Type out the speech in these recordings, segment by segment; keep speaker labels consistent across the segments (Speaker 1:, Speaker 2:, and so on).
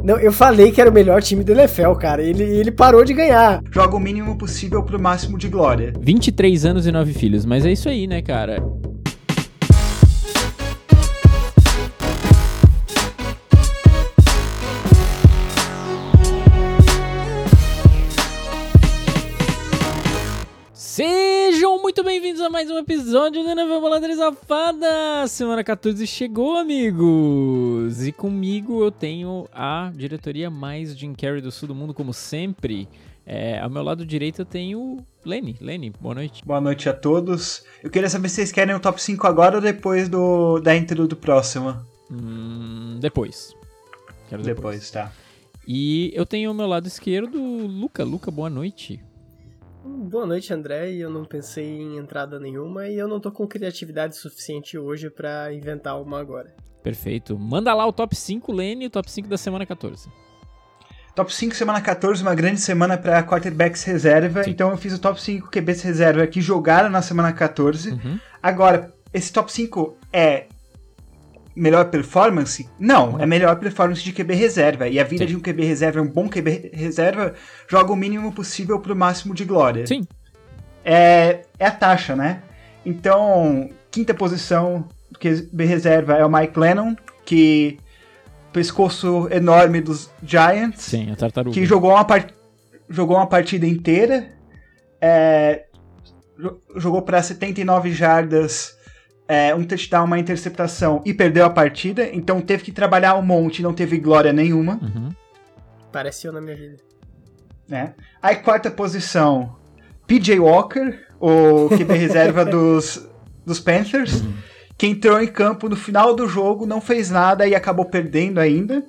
Speaker 1: Não, eu falei que era o melhor time do NFL, cara. Ele parou de ganhar.
Speaker 2: Joga o mínimo possível pro máximo de glória.
Speaker 3: 23 anos e 9 filhos, mas é isso aí, né, cara? Sejam muito bem-vindos a mais um episódio do NFL Baladeira Safada. Semana 14 chegou, amigos. E comigo eu tenho a diretoria mais Jim Carrey do sul do mundo, como sempre. Ao meu lado direito eu tenho Lenny. Lenny, boa noite.
Speaker 2: Boa noite a todos. Eu queria saber se vocês querem o top 5 agora ou depois da intro do próximo.
Speaker 3: Depois. Quero
Speaker 2: depois, tá.
Speaker 3: E eu tenho ao meu lado esquerdo Luca. Luca, boa noite.
Speaker 1: Boa noite, André. Eu não pensei em entrada nenhuma e eu não tô com criatividade suficiente hoje pra inventar uma agora.
Speaker 3: Perfeito. Manda lá o top 5, Lenny, o top 5 da semana 14.
Speaker 2: Top 5, semana 14, uma grande semana para quarterbacks reserva.
Speaker 3: Sim.
Speaker 2: Então eu fiz o top 5 QBs reserva que jogaram na semana 14.
Speaker 3: Uhum.
Speaker 2: Agora, esse top 5 é melhor performance? Não, é melhor performance de QB reserva. E a vida de um QB reserva, um bom QB reserva, joga o mínimo possível pro máximo de glória.
Speaker 3: Sim.
Speaker 2: É a taxa, né? Então, quinta posição do QB reserva é o Mike Lennon, que pescoço enorme dos Giants.
Speaker 3: Sim, a tartaruga.
Speaker 2: Que jogou uma partida inteira. Jogou para 79 jardas, um touchdown, uma interceptação e perdeu a partida. Então teve que trabalhar um monte e não teve glória nenhuma.
Speaker 3: Uhum.
Speaker 1: Parece eu na minha vida.
Speaker 2: Aí quarta posição, PJ Walker, o QB reserva dos Panthers.
Speaker 3: Uhum.
Speaker 2: Que entrou em campo no final do jogo, não fez nada e acabou perdendo ainda.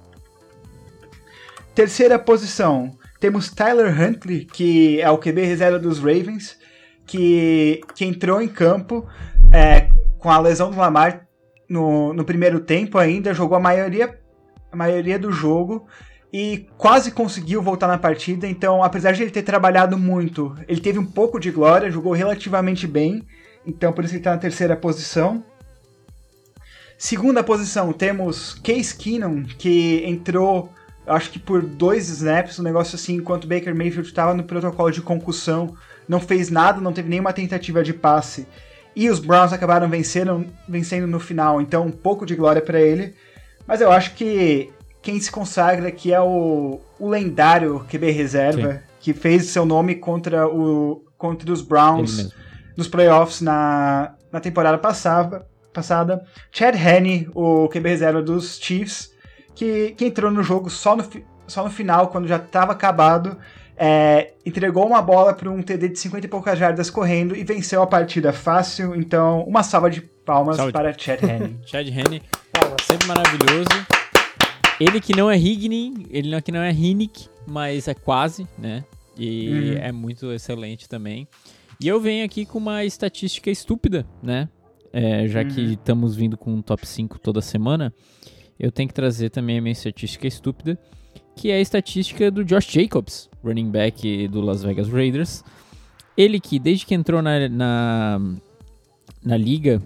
Speaker 2: Terceira posição, temos Tyler Huntley, que é o QB reserva dos Ravens, que entrou em campo com a lesão do Lamar no primeiro tempo ainda, jogou a maioria do jogo e quase conseguiu voltar na partida. Então, apesar de ele ter trabalhado muito, ele teve um pouco de glória, jogou relativamente bem. Então, por isso ele está na terceira posição. Segunda posição, temos Case Keenum, que entrou, acho que por 2 snaps, um negócio assim, enquanto Baker Mayfield estava no protocolo de concussão. Não fez nada, não teve nenhuma tentativa de passe. E os Browns acabaram vencendo no final, então um pouco de glória para ele. Mas eu acho que quem se consagra aqui é o lendário QB reserva, sim, que fez seu nome contra os Browns nos playoffs na temporada passada. Chad Henne, o QB reserva dos Chiefs, que entrou no jogo só no final, quando já estava acabado, entregou uma bola para um TD de 50 e poucas jardas correndo e venceu a partida fácil. Então, uma salva de palmas para Chad Henne.
Speaker 3: Chad Henne, sempre maravilhoso. Ele que não é Higgins, ele que não é Hinnick, mas é quase, né? E é muito excelente também. E eu venho aqui com uma estatística estúpida, né? Já que estamos vindo com um top 5 toda semana, eu tenho que trazer também a minha estatística estúpida, que é a estatística do Josh Jacobs, running back do Las Vegas Raiders. Ele que, desde que entrou na liga,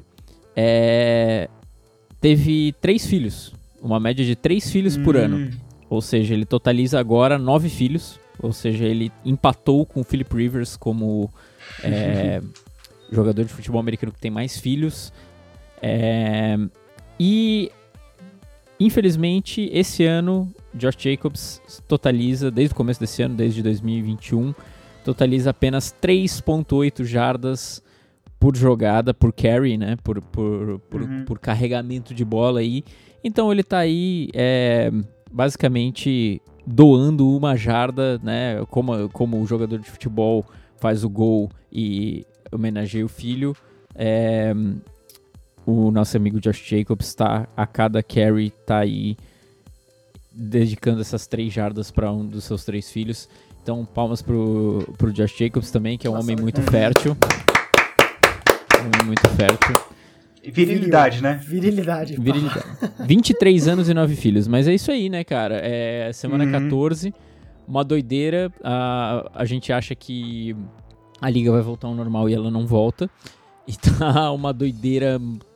Speaker 3: teve 3 filhos, uma média de 3 filhos por ano. Ou seja, ele totaliza agora 9 filhos, ou seja, ele empatou com o Philip Rivers como jogador de futebol americano que tem mais filhos. E, infelizmente, esse ano, Josh Jacobs totaliza, desde o começo desse ano, desde 2021, totaliza apenas 3.8 jardas por jogada, por carry, né? Por carregamento de bola aí. Então ele tá aí, basicamente, doando uma jarda, né? Como o jogador de futebol faz o gol e homenageia o filho, o nosso amigo Josh Jacobs a cada carry tá aí dedicando essas 3 jardas para um dos seus 3 filhos. Então palmas pro Josh Jacobs também, que é um homem muito fértil. Um homem muito fértil.
Speaker 2: Virilidade, né?
Speaker 1: Virilidade.
Speaker 3: 23 anos e 9 filhos. Mas é isso aí, né, cara? Semana 14, uma doideira. A gente acha que a liga vai voltar ao normal e ela não volta. E tá uma doideira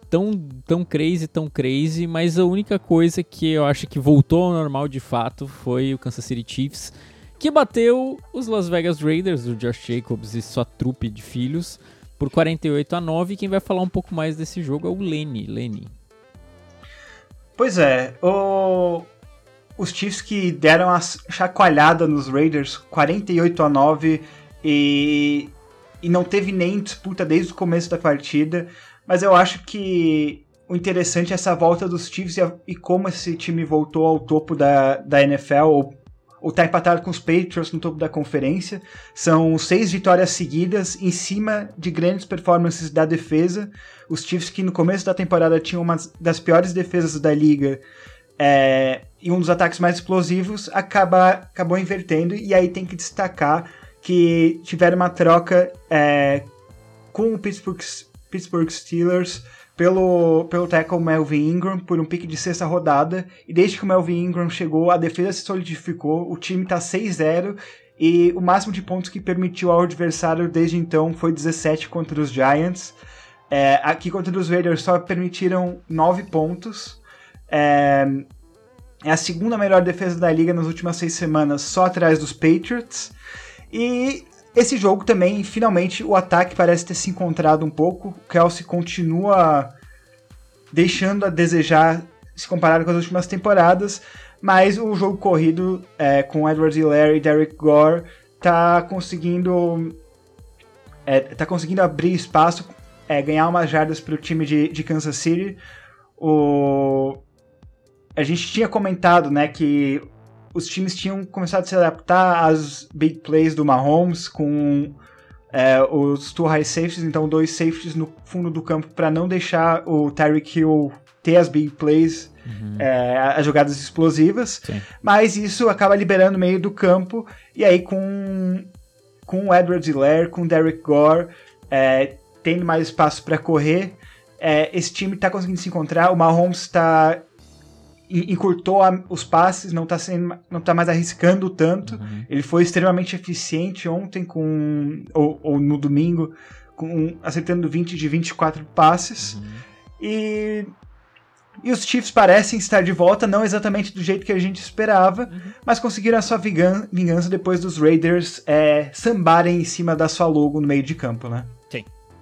Speaker 3: tão crazy, mas a única coisa que eu acho que voltou ao normal de fato foi o Kansas City Chiefs, que bateu os Las Vegas Raiders, do Josh Jacobs e sua trupe de filhos, por 48-9. E quem vai falar um pouco mais desse jogo é o Lenny.
Speaker 2: Pois é, os Chiefs que deram a chacoalhada nos Raiders, 48-9, e não teve nem disputa desde o começo da partida, mas eu acho que o interessante é essa volta dos Chiefs e como esse time voltou ao topo da NFL, ou tá empatado com os Patriots no topo da conferência. São 6 vitórias seguidas em cima de grandes performances da defesa. Os Chiefs, que no começo da temporada tinham uma das piores defesas da liga, e um dos ataques mais explosivos, acabou invertendo. E aí tem que destacar que tiveram uma troca com o Pittsburgh Steelers pelo tackle Melvin Ingram por um pick de 6ª rodada, e desde que o Melvin Ingram chegou, a defesa se solidificou, o time tá 6-0, e o máximo de pontos que permitiu ao adversário desde então foi 17 contra os Giants. Aqui contra os Raiders só permitiram 9 pontos. É a segunda melhor defesa da liga nas últimas 6 semanas, só atrás dos Patriots. E esse jogo também, finalmente, o ataque parece ter se encontrado um pouco. O Kelce continua deixando a desejar se comparado com as últimas temporadas, mas o jogo corrido com Edwards-Helaire e Derek Gore tá conseguindo abrir espaço, ganhar umas jardas para o time de Kansas City. A gente tinha comentado, né, que os times tinham começado a se adaptar às big plays do Mahomes com os 2 high safeties, então 2 safeties no fundo do campo para não deixar o Tyreek Hill ter as big plays, as jogadas explosivas. Sim. Mas isso acaba liberando o meio do campo, e aí com o Edwards-Helaire, com o Derek Gore tendo mais espaço para correr, esse time está conseguindo se encontrar. O Mahomes encurtou os passes, não tá mais arriscando tanto. Ele foi extremamente eficiente ontem ou no domingo, acertando 20 de 24 passes. E os Chiefs parecem estar de volta, não exatamente do jeito que a gente esperava, mas conseguiram a sua vingança depois dos Raiders sambarem em cima da sua logo no meio de campo, né?
Speaker 3: Sim.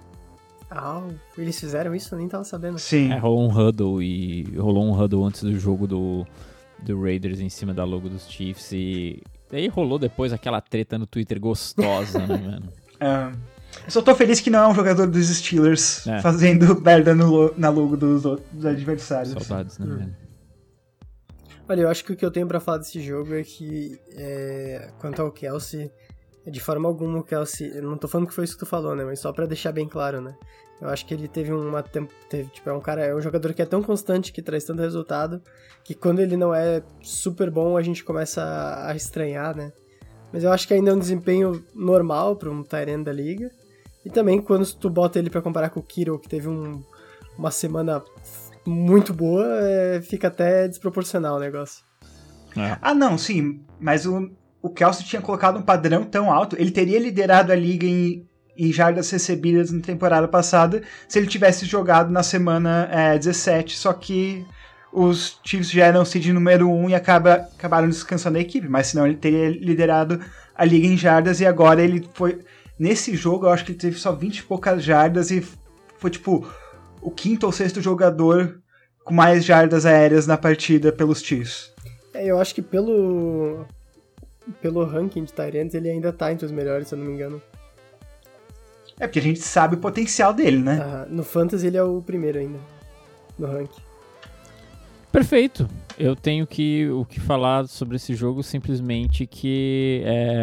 Speaker 1: Eles fizeram isso? Eu nem tava sabendo.
Speaker 3: Sim. Rolou um huddle antes do jogo do Raiders em cima da logo dos Chiefs, e daí rolou depois aquela treta no Twitter gostosa, né, mano?
Speaker 2: Eu só tô feliz que não é um jogador dos Steelers fazendo merda na logo dos adversários.
Speaker 3: Saudades, né, mano?
Speaker 1: Olha, eu acho que o que eu tenho pra falar desse jogo é que, quanto ao Kelce, de forma alguma o Kelce, eu não tô falando que foi isso que tu falou, né, mas só pra deixar bem claro, né, eu acho que ele teve é um jogador que é tão constante, que traz tanto resultado, que quando ele não é super bom, a gente começa a estranhar, né, mas eu acho que ainda é um desempenho normal pra um tight end da liga, e também quando tu bota ele pra comparar com o Kittle, que teve uma semana muito boa, fica até desproporcional o negócio.
Speaker 2: Não, sim, mas o Kelce tinha colocado um padrão tão alto, ele teria liderado a liga em jardas recebidas na temporada passada se ele tivesse jogado na semana 17, só que os Chiefs já eram seed número 1 e acabaram descansando a equipe, mas senão ele teria liderado a liga em jardas, e agora ele foi... Nesse jogo eu acho que ele teve só 20 e poucas jardas e foi tipo o 5º ou 6º jogador com mais jardas aéreas na partida pelos Chiefs.
Speaker 1: Eu acho que pelo ranking de tight ends, ele ainda tá entre os melhores, se eu não me engano.
Speaker 2: Porque a gente sabe o potencial dele, né?
Speaker 1: No Fantasy ele é o primeiro ainda, no ranking.
Speaker 3: Perfeito. Eu tenho o que falar sobre esse jogo, simplesmente que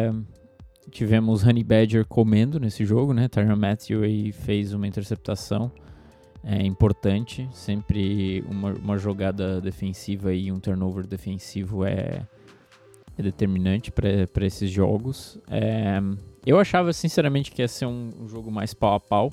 Speaker 3: tivemos Honey Badger comendo nesse jogo, né? Tyrann Mathieu aí fez uma interceptação importante. Sempre uma jogada defensiva e um turnover defensivo é determinante para esses jogos. Eu achava sinceramente que ia ser um jogo mais pau a pau.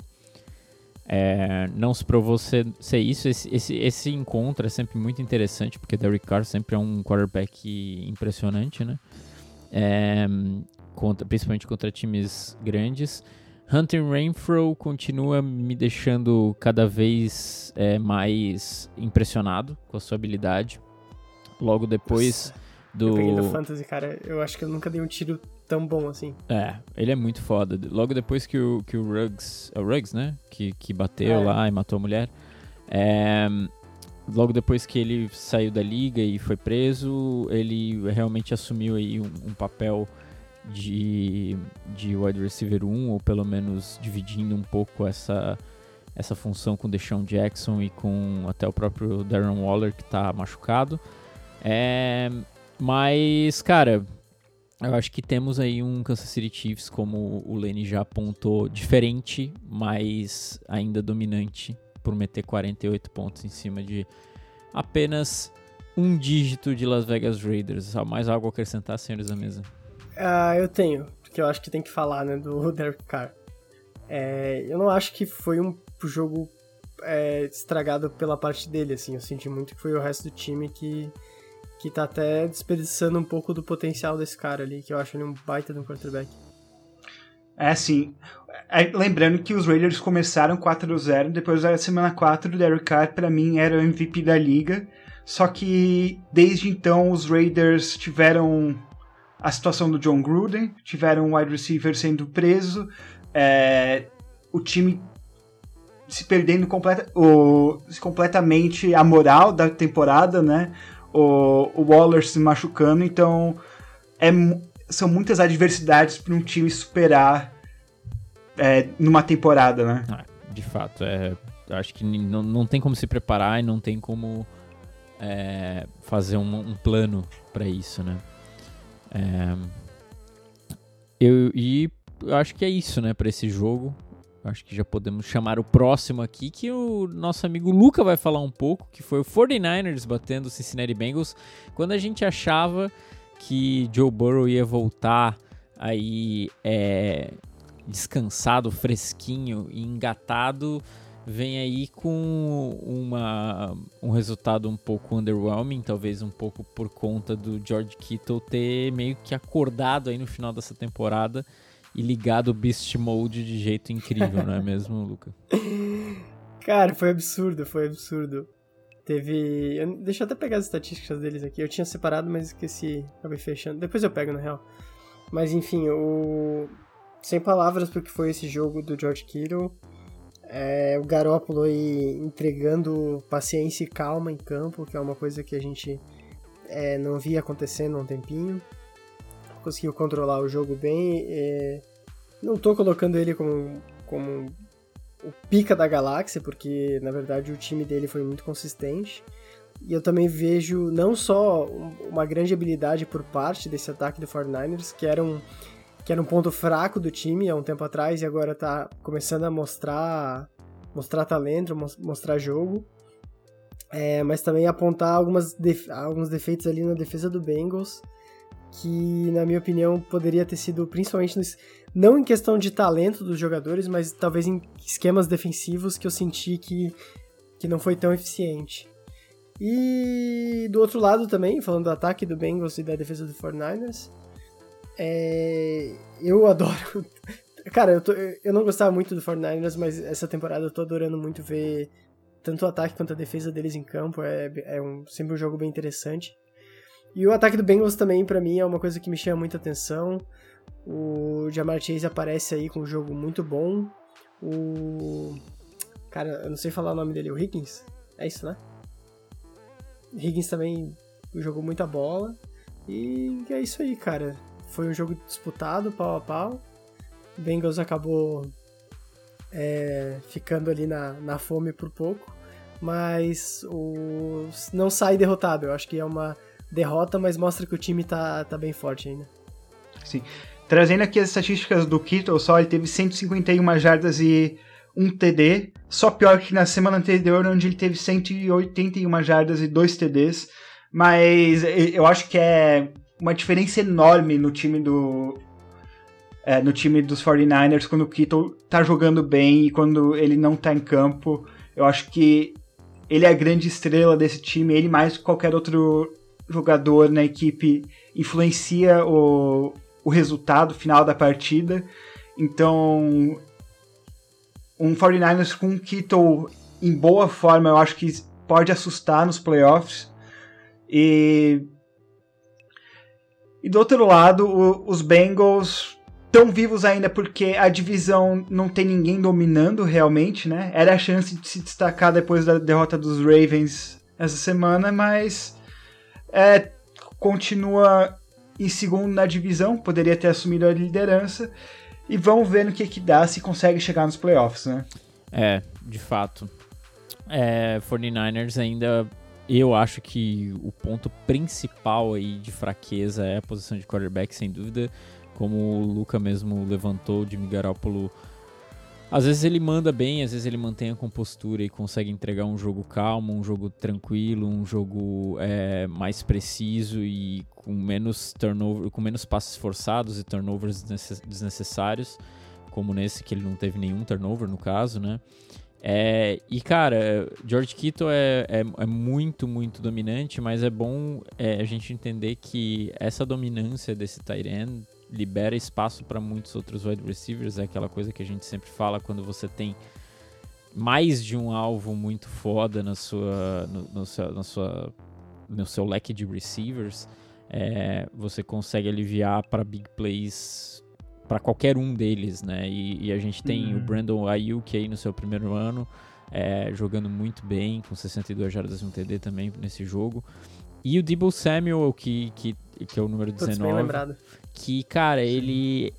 Speaker 3: Não se provou ser isso. Esse encontro é sempre muito interessante, porque Derek Carr sempre é um quarterback impressionante, né? Principalmente contra times grandes. Hunter Renfrow continua me deixando cada vez mais impressionado com a sua habilidade. Logo depois
Speaker 1: Eu peguei do Fantasy, cara. Eu acho que eu nunca dei um tiro tão bom assim.
Speaker 3: Ele é muito foda. Logo depois que o Ruggs... É o Ruggs, né? Que bateu lá e matou a mulher. Logo depois que ele saiu da liga e foi preso, ele realmente assumiu aí um papel de wide receiver 1, ou pelo menos dividindo um pouco essa função com o DeSean Jackson e com até o próprio Darren Waller, que tá machucado. Mas, cara, eu acho que temos aí um Kansas City Chiefs, como o Lenny já apontou, diferente, mas ainda dominante, por meter 48 pontos em cima de apenas um dígito de Las Vegas Raiders. Mais algo a acrescentar, senhores da mesa?
Speaker 1: Eu tenho, porque eu acho que tem que falar, né, do Derek Carr. Eu não acho que foi um jogo estragado pela parte dele, assim. Eu senti muito que foi o resto do time que tá até desperdiçando um pouco do potencial desse cara ali, que eu acho ele um baita de um quarterback.
Speaker 2: Assim, lembrando que os Raiders começaram 4-0, depois da semana 4, o Derek Carr, pra mim, era o MVP da liga, só que desde então os Raiders tiveram a situação do John Gruden, tiveram um wide receiver sendo preso, o time se perdendo completamente a moral da temporada, né? O Waller se machucando, então são muitas adversidades para um time superar numa temporada, né?
Speaker 3: De fato, acho que não tem como se preparar e não tem como fazer um plano para isso, né? Eu acho que é isso, né, para esse jogo. Acho que já podemos chamar o próximo aqui, que o nosso amigo Luca vai falar um pouco, que foi o 49ers batendo o Cincinnati Bengals, quando a gente achava que Joe Burrow ia voltar aí descansado, fresquinho e engatado, vem aí com um resultado um pouco underwhelming, talvez um pouco por conta do George Kittle ter meio que acordado aí no final dessa temporada e ligado o Beast Mode de jeito incrível, não é mesmo, Luca?
Speaker 1: Cara, foi absurdo. Deixa eu até pegar as estatísticas deles aqui. Eu tinha separado, mas esqueci, acabei fechando. Depois eu pego, na real. Mas enfim, sem palavras pro que foi esse jogo do George Kittle. O Garoppolo aí entregando paciência e calma em campo, que é uma coisa que a gente não via acontecendo há um tempinho. Conseguiu controlar o jogo bem. Não tô colocando ele como o pica da galáxia, porque na verdade o time dele foi muito consistente. E eu também vejo não só uma grande habilidade por parte desse ataque do 49ers, que era um ponto fraco do time há um tempo atrás e agora tá começando a mostrar talento, mostrar jogo. Mas também apontar alguns defeitos ali na defesa do Bengals, que, na minha opinião, poderia ter sido principalmente não em questão de talento dos jogadores, mas talvez em esquemas defensivos que eu senti que não foi tão eficiente. E do outro lado também, falando do ataque do Bengals e da defesa do 49ers, eu adoro... Cara, eu não gostava muito do 49ers, mas essa temporada eu tô adorando muito ver tanto o ataque quanto a defesa deles em campo. Sempre um jogo bem interessante. E o ataque do Bengals também, pra mim, é uma coisa que me chama muita atenção. O Ja'Marr Chase aparece aí com um jogo muito bom. Cara, eu não sei falar o nome dele, o Higgins? É isso, né? Higgins também jogou muita bola. E é isso aí, cara. Foi um jogo disputado, pau a pau. O Bengals acabou ficando ali na fome por pouco. Mas não sai derrotado. Eu acho que é uma derrota, mas mostra que o time tá bem forte ainda.
Speaker 2: Sim. Trazendo aqui as estatísticas do Kittle, ele teve 151 jardas e um TD, só pior que na semana anterior, onde ele teve 181 jardas e 2 TDs, mas eu acho que é uma diferença enorme no time dos 49ers quando o Kittle tá jogando bem e quando ele não tá em campo. Eu acho que ele é a grande estrela desse time, ele mais que qualquer outro jogador na equipe influencia o resultado final da partida. Então um 49ers com um Kittle em boa forma, eu acho que pode assustar nos playoffs. E do outro lado, os Bengals estão vivos ainda porque a divisão não tem ninguém dominando realmente, né? Era a chance de se destacar depois da derrota dos Ravens essa semana, mas continua em segundo na divisão, poderia ter assumido a liderança, e vamos ver no que dá, se consegue chegar nos playoffs, né?
Speaker 3: De fato. 49ers ainda, eu acho que o ponto principal aí de fraqueza é a posição de quarterback, sem dúvida. Como o Luca mesmo levantou, o Jimmy Garoppolo, às vezes ele manda bem, às vezes ele mantém a compostura e consegue entregar um jogo calmo, um jogo tranquilo, um jogo mais preciso e com menos turnover, com menos passes forçados e turnovers desnecessários, como nesse que ele não teve nenhum turnover no caso, né? E cara, George Kittle é muito, muito dominante, mas é bom a gente entender que essa dominância desse tight end libera espaço para muitos outros wide receivers. É aquela coisa que a gente sempre fala quando você tem mais de um alvo muito foda no seu leque de receivers, você consegue aliviar para big plays para qualquer um deles, né? E a gente tem o Brandon Ayuk aí no seu primeiro ano, jogando muito bem, com 62 jardas e um TD também nesse jogo. E o Deebo Samuel, que é o número 19,
Speaker 1: bem lembrado.
Speaker 3: Que, cara, ele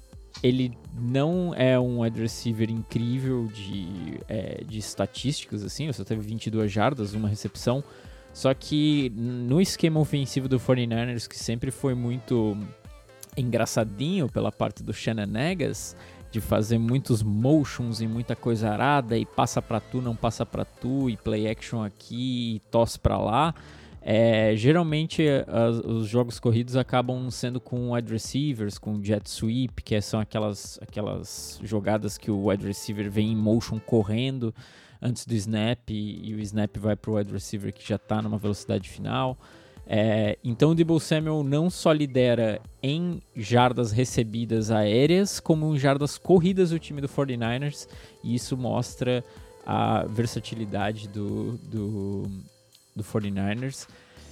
Speaker 3: não é um wide receiver incrível de estatísticas, assim, ele só teve 22 jardas, uma recepção, só que no esquema ofensivo do 49ers, que sempre foi muito engraçadinho pela parte do Shenanigans, de fazer muitos motions e muita coisa arada, e passa pra tu, não passa pra tu, e play action aqui, e tosse pra lá. Geralmente os jogos corridos acabam sendo com wide receivers, com jet sweep, que são aquelas jogadas que o wide receiver vem em motion correndo antes do snap e o snap vai para o wide receiver que já está numa velocidade final. Então o Deebo Samuel não só lidera em jardas recebidas aéreas, como em jardas corridas do time do 49ers, e isso mostra a versatilidade do 49ers.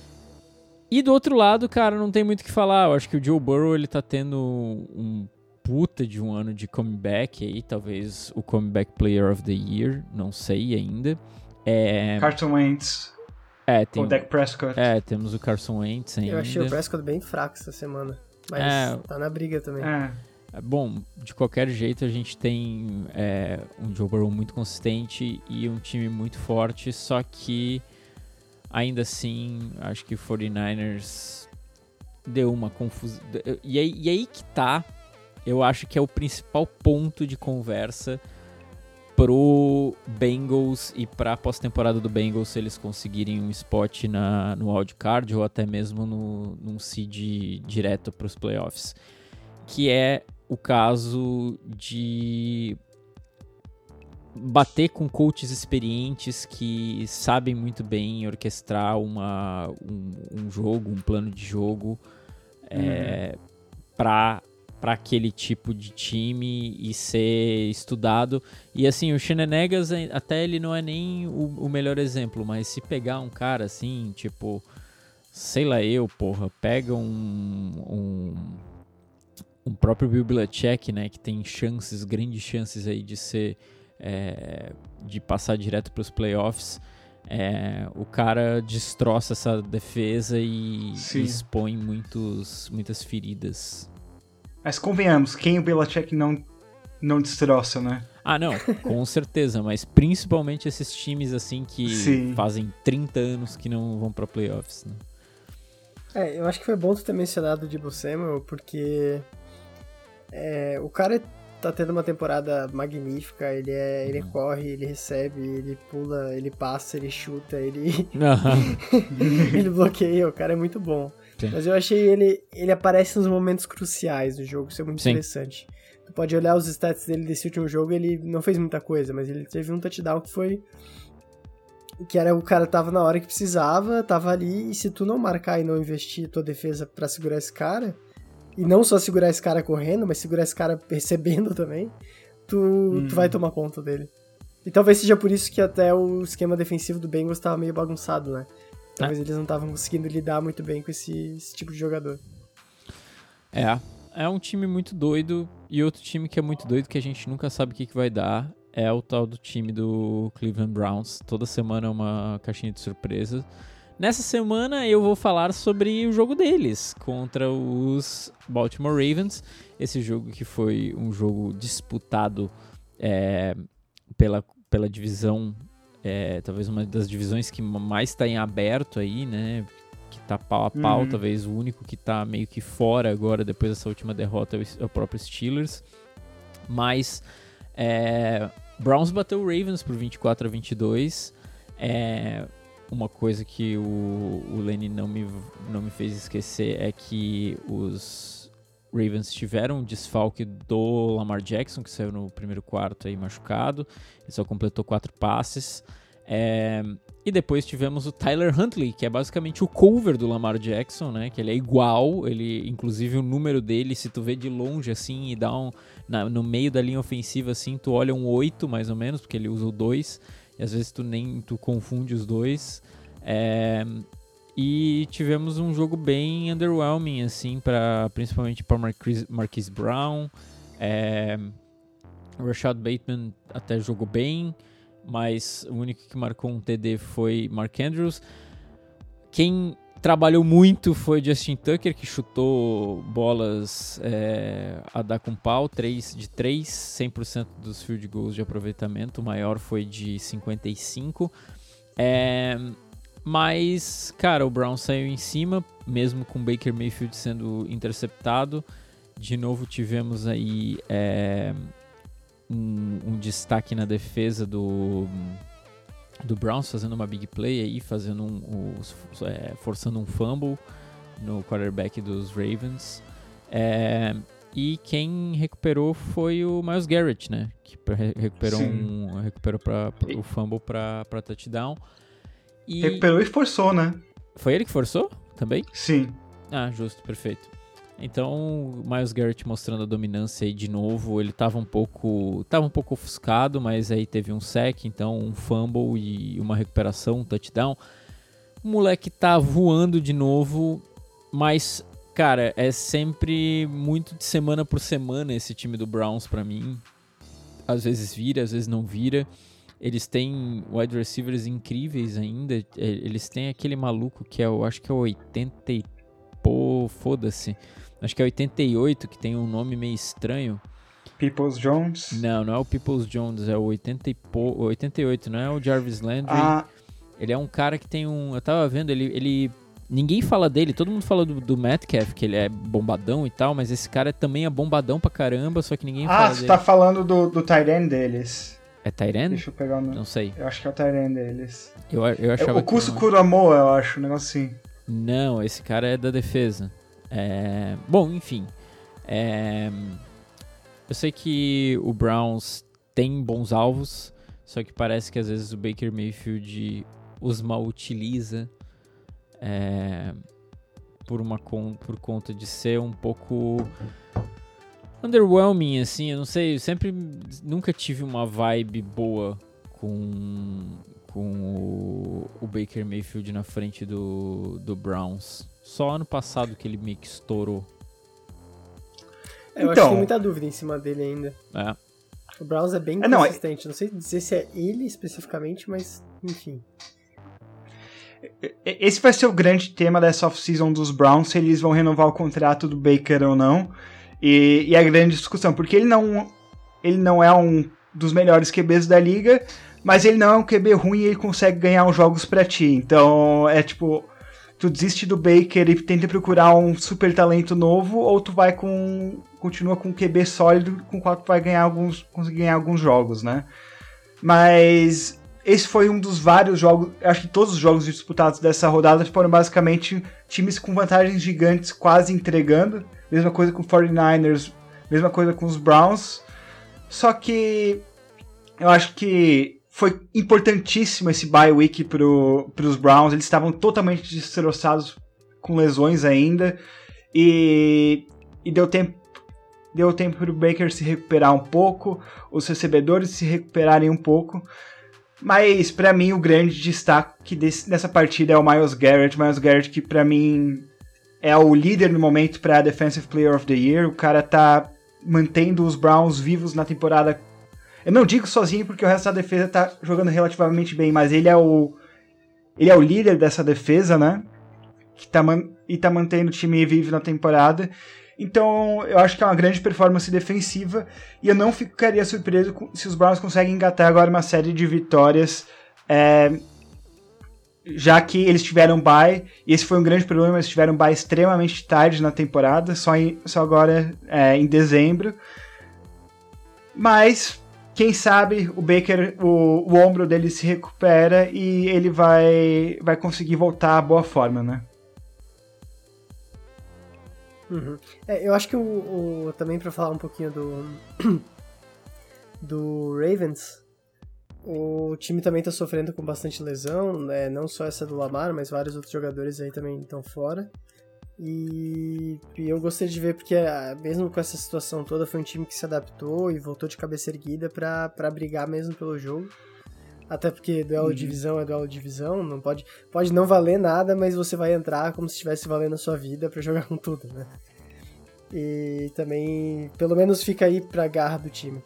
Speaker 3: E do outro lado, cara, não tem muito o que falar. Eu acho que o Joe Burrow, ele tá tendo um puta de um ano de comeback aí, talvez o comeback player of the year, não sei ainda.
Speaker 2: Carson Wentz. O Dak Prescott.
Speaker 3: Temos o Carson Wentz ainda.
Speaker 1: Eu achei o Prescott bem fraco essa semana, mas tá na briga também.
Speaker 3: Bom, de qualquer jeito a gente tem um Joe Burrow muito consistente e um time muito forte, só que ainda assim, acho que o 49ers deu uma confusão. E aí que tá, eu acho que é o principal ponto de conversa pro Bengals e pra pós-temporada do Bengals, se eles conseguirem um spot no wildcard ou até mesmo num seed direto pros playoffs. Que é o caso de bater com coaches experientes que sabem muito bem orquestrar um jogo, um plano de jogo para aquele tipo de time e ser estudado. E assim, o Shenanigans, até ele não é nem o melhor exemplo, mas se pegar um cara assim, tipo, sei lá pega um próprio Bill Belichick, né, que tem grandes chances aí de ser de passar direto para os playoffs, o cara destroça essa defesa e expõe muitas feridas.
Speaker 2: Mas convenhamos, quem o Belichick não destroça, né?
Speaker 3: Não, com certeza, mas principalmente esses times assim que fazem 30 anos que não vão para playoffs, né?
Speaker 1: Eu acho que foi bom tu ter mencionado o Deebo Samuel, porque o cara tá tendo uma temporada magnífica, ele corre, ele recebe, ele pula, ele passa, ele chuta, ele ele bloqueia, o cara é muito bom. Sim. Mas eu achei ele aparece nos momentos cruciais do jogo, isso é muito interessante. Tu pode olhar os stats dele desse último jogo, ele não fez muita coisa, mas ele teve um touchdown que era o cara tava na hora que precisava, tava ali, e se tu não marcar e não investir tua defesa pra segurar esse cara, e não só segurar esse cara correndo, mas segurar esse cara recebendo também, tu vai tomar conta dele. E talvez seja por isso que até o esquema defensivo do Bengals estava meio bagunçado, né? Talvez eles não estavam conseguindo lidar muito bem com esse tipo de jogador.
Speaker 3: É um time muito doido, e outro time que é muito doido que a gente nunca sabe o que vai dar é o tal do time do Cleveland Browns. Toda semana é uma caixinha de surpresa. Nessa semana eu vou falar sobre o jogo deles contra os Baltimore Ravens. Esse jogo que foi um jogo disputado pela divisão, talvez uma das divisões que mais está em aberto aí, né? Que tá pau a pau, talvez o único que tá meio que fora agora, depois dessa última derrota, é o próprio Steelers. Mas Browns bateu o Ravens por 24-22. Uma coisa que o Lenny não me fez esquecer é que os Ravens tiveram um desfalque do Lamar Jackson, que saiu no primeiro quarto aí machucado. Ele só completou 4 passes. E depois tivemos o Tyler Huntley, que é basicamente o cover do Lamar Jackson, né? Que ele é igual, inclusive o número dele, se tu vê de longe assim e dá no meio da linha ofensiva assim, tu olha um 8 mais ou menos, porque ele usa o 2, e às vezes tu confunde os dois. E tivemos um jogo bem underwhelming, assim, principalmente para Marquise Brown. O Rashad Bateman até jogou bem, mas o único que marcou um TD foi Mark Andrews. Quem trabalhou muito foi Justin Tucker, que chutou bolas a dar com pau, 3 de 3, 100% dos field goals de aproveitamento, o maior foi de 55%. Mas, cara, o Brown saiu em cima, mesmo com Baker Mayfield sendo interceptado. De novo tivemos aí um destaque na defesa do Browns, fazendo uma big play aí, forçando um fumble no quarterback dos Ravens. E quem recuperou foi o Myles Garrett, né? Que recuperou o fumble para touchdown.
Speaker 2: Recuperou e forçou, né?
Speaker 3: Foi ele que forçou também?
Speaker 2: Sim.
Speaker 3: Ah, justo, perfeito. Então, o Myles Garrett mostrando a dominância aí de novo. Ele tava um pouco ofuscado, mas aí teve um sack, então um fumble e uma recuperação, um touchdown. O moleque tá voando de novo, mas, cara, é sempre muito de semana por semana esse time do Browns pra mim. Às vezes vira, às vezes não vira. Eles têm wide receivers incríveis ainda. Eles têm aquele maluco que eu acho que é o 80 e... Pô, foda-se. Acho que é 88, que tem um nome meio estranho.
Speaker 2: Peoples Jones?
Speaker 3: Não é o Peoples Jones, é o 88, não é o Jarvis Landry. Ele é um cara que tem um... Eu tava vendo, ele ninguém fala dele, todo mundo fala do Metcalf, que ele é bombadão e tal, mas esse cara também é bombadão pra caramba, só que ninguém fala dele.
Speaker 2: Você tá falando do tight end deles.
Speaker 3: É tight end?
Speaker 2: Deixa eu pegar o nome.
Speaker 3: Não sei.
Speaker 2: Eu acho que é o tight end deles.
Speaker 3: Eu achava
Speaker 2: o Kusu Kuramoa, eu acho, um negócio assim.
Speaker 3: Não, esse cara é da defesa. Bom, enfim. Eu sei que o Browns tem bons alvos, só que parece que às vezes o Baker Mayfield os mal utiliza por conta de ser um pouco underwhelming, assim. Eu não sei, eu nunca tive uma vibe boa com o Baker Mayfield na frente do Browns. Só ano passado que ele meio que estourou.
Speaker 1: Eu acho que tem muita dúvida em cima dele ainda. O Browns é bem consistente. Não sei dizer se é ele especificamente, mas enfim.
Speaker 2: Esse vai ser o grande tema dessa off-season dos Browns, se eles vão renovar o contrato do Baker ou não. E a grande discussão, porque ele não é um dos melhores QBs da liga, mas ele não é um QB ruim e ele consegue ganhar uns jogos pra ti. Então, tu desiste do Baker e tenta procurar um super talento novo, ou tu continua com um QB sólido com o qual tu vai conseguir ganhar alguns jogos, né? Mas esse foi um dos vários jogos, acho que todos os jogos disputados dessa rodada foram basicamente times com vantagens gigantes quase entregando. Mesma coisa com os 49ers, mesma coisa com os Browns. Só que eu acho que foi importantíssimo esse bye week pros Browns. Eles estavam totalmente destroçados com lesões ainda. E deu tempo deu tempo para o Baker se recuperar um pouco, os recebedores se recuperarem um pouco. Mas, para mim, o grande destaque dessa partida é o Myles Garrett. Myles Garrett, que para mim é o líder no momento para Defensive Player of the Year. O cara tá mantendo os Browns vivos na temporada. Eu não digo sozinho porque o resto da defesa tá jogando relativamente bem, mas ele é o líder dessa defesa, né? Que tá mantendo o time vivo na temporada. Então, eu acho que é uma grande performance defensiva e eu não ficaria surpreso se os Browns conseguem engatar agora uma série de vitórias, já que eles tiveram bye, e esse foi um grande problema, eles tiveram bye extremamente tarde na temporada, só agora em dezembro. Mas, quem sabe, o Baker, o ombro dele se recupera e ele vai conseguir voltar à boa forma, né?
Speaker 1: Uhum. Eu acho que também para falar um pouquinho do Ravens, o time também tá sofrendo com bastante lesão, né? Não só essa do Lamar, mas vários outros jogadores aí também estão fora. E eu gostaria de ver, porque mesmo com essa situação toda, foi um time que se adaptou e voltou de cabeça erguida pra brigar mesmo pelo jogo. Até porque duelo de divisão é duelo de divisão, não pode não valer nada, mas você vai entrar como se estivesse valendo a sua vida pra jogar com tudo, né? E também, pelo menos fica aí pra garra do time.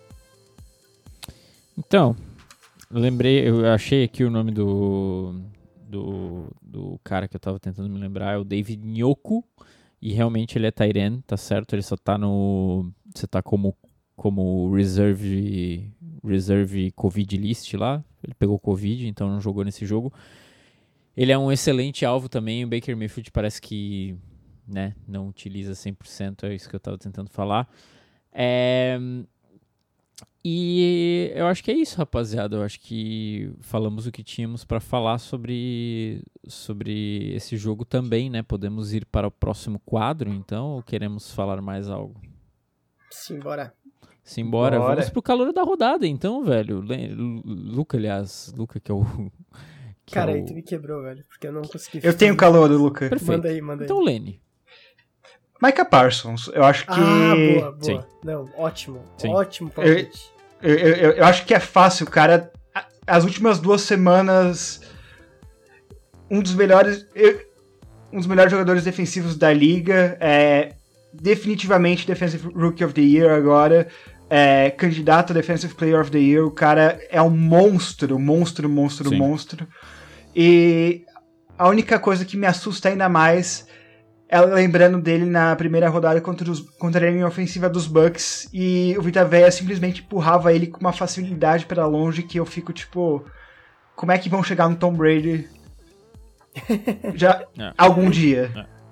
Speaker 3: Então, eu achei aqui o nome do cara que eu tava tentando me lembrar, é o David Njoku, e realmente ele é tight end, tá certo? Ele só tá você tá como reserve Covid list lá, ele pegou Covid, então não jogou nesse jogo. Ele é um excelente alvo também, o Baker Mayfield parece que, né, não utiliza 100%, é isso que eu tava tentando falar. E eu acho que é isso, rapaziada, eu acho que falamos o que tínhamos para falar sobre esse jogo também, né, podemos ir para o próximo quadro, então, ou queremos falar mais algo?
Speaker 1: Simbora.
Speaker 3: Simbora, vamos pro calor da rodada, então, velho. Luca, que é o...
Speaker 1: Cara, aí tu me quebrou, velho, porque eu não consegui...
Speaker 2: Eu tenho calor, Luca.
Speaker 3: Perfeito.
Speaker 1: Manda aí.
Speaker 3: Então, Lenny.
Speaker 2: Micah Parsons, eu acho que...
Speaker 1: boa.
Speaker 3: Sim.
Speaker 1: Não, ótimo.
Speaker 3: Sim.
Speaker 1: Ótimo palpite.
Speaker 2: Eu acho que é fácil, cara. As últimas 2 semanas, um dos melhores jogadores defensivos da liga, definitivamente Defensive Rookie of the Year agora, candidato a Defensive Player of the Year, o cara é um monstro. E a única coisa que me assusta ainda mais é lembrando dele na primeira rodada contra a linha ofensiva dos Bucks, e o Vita Vea simplesmente empurrava ele com uma facilidade para longe que eu fico tipo, como é que vão chegar no Tom Brady já algum dia?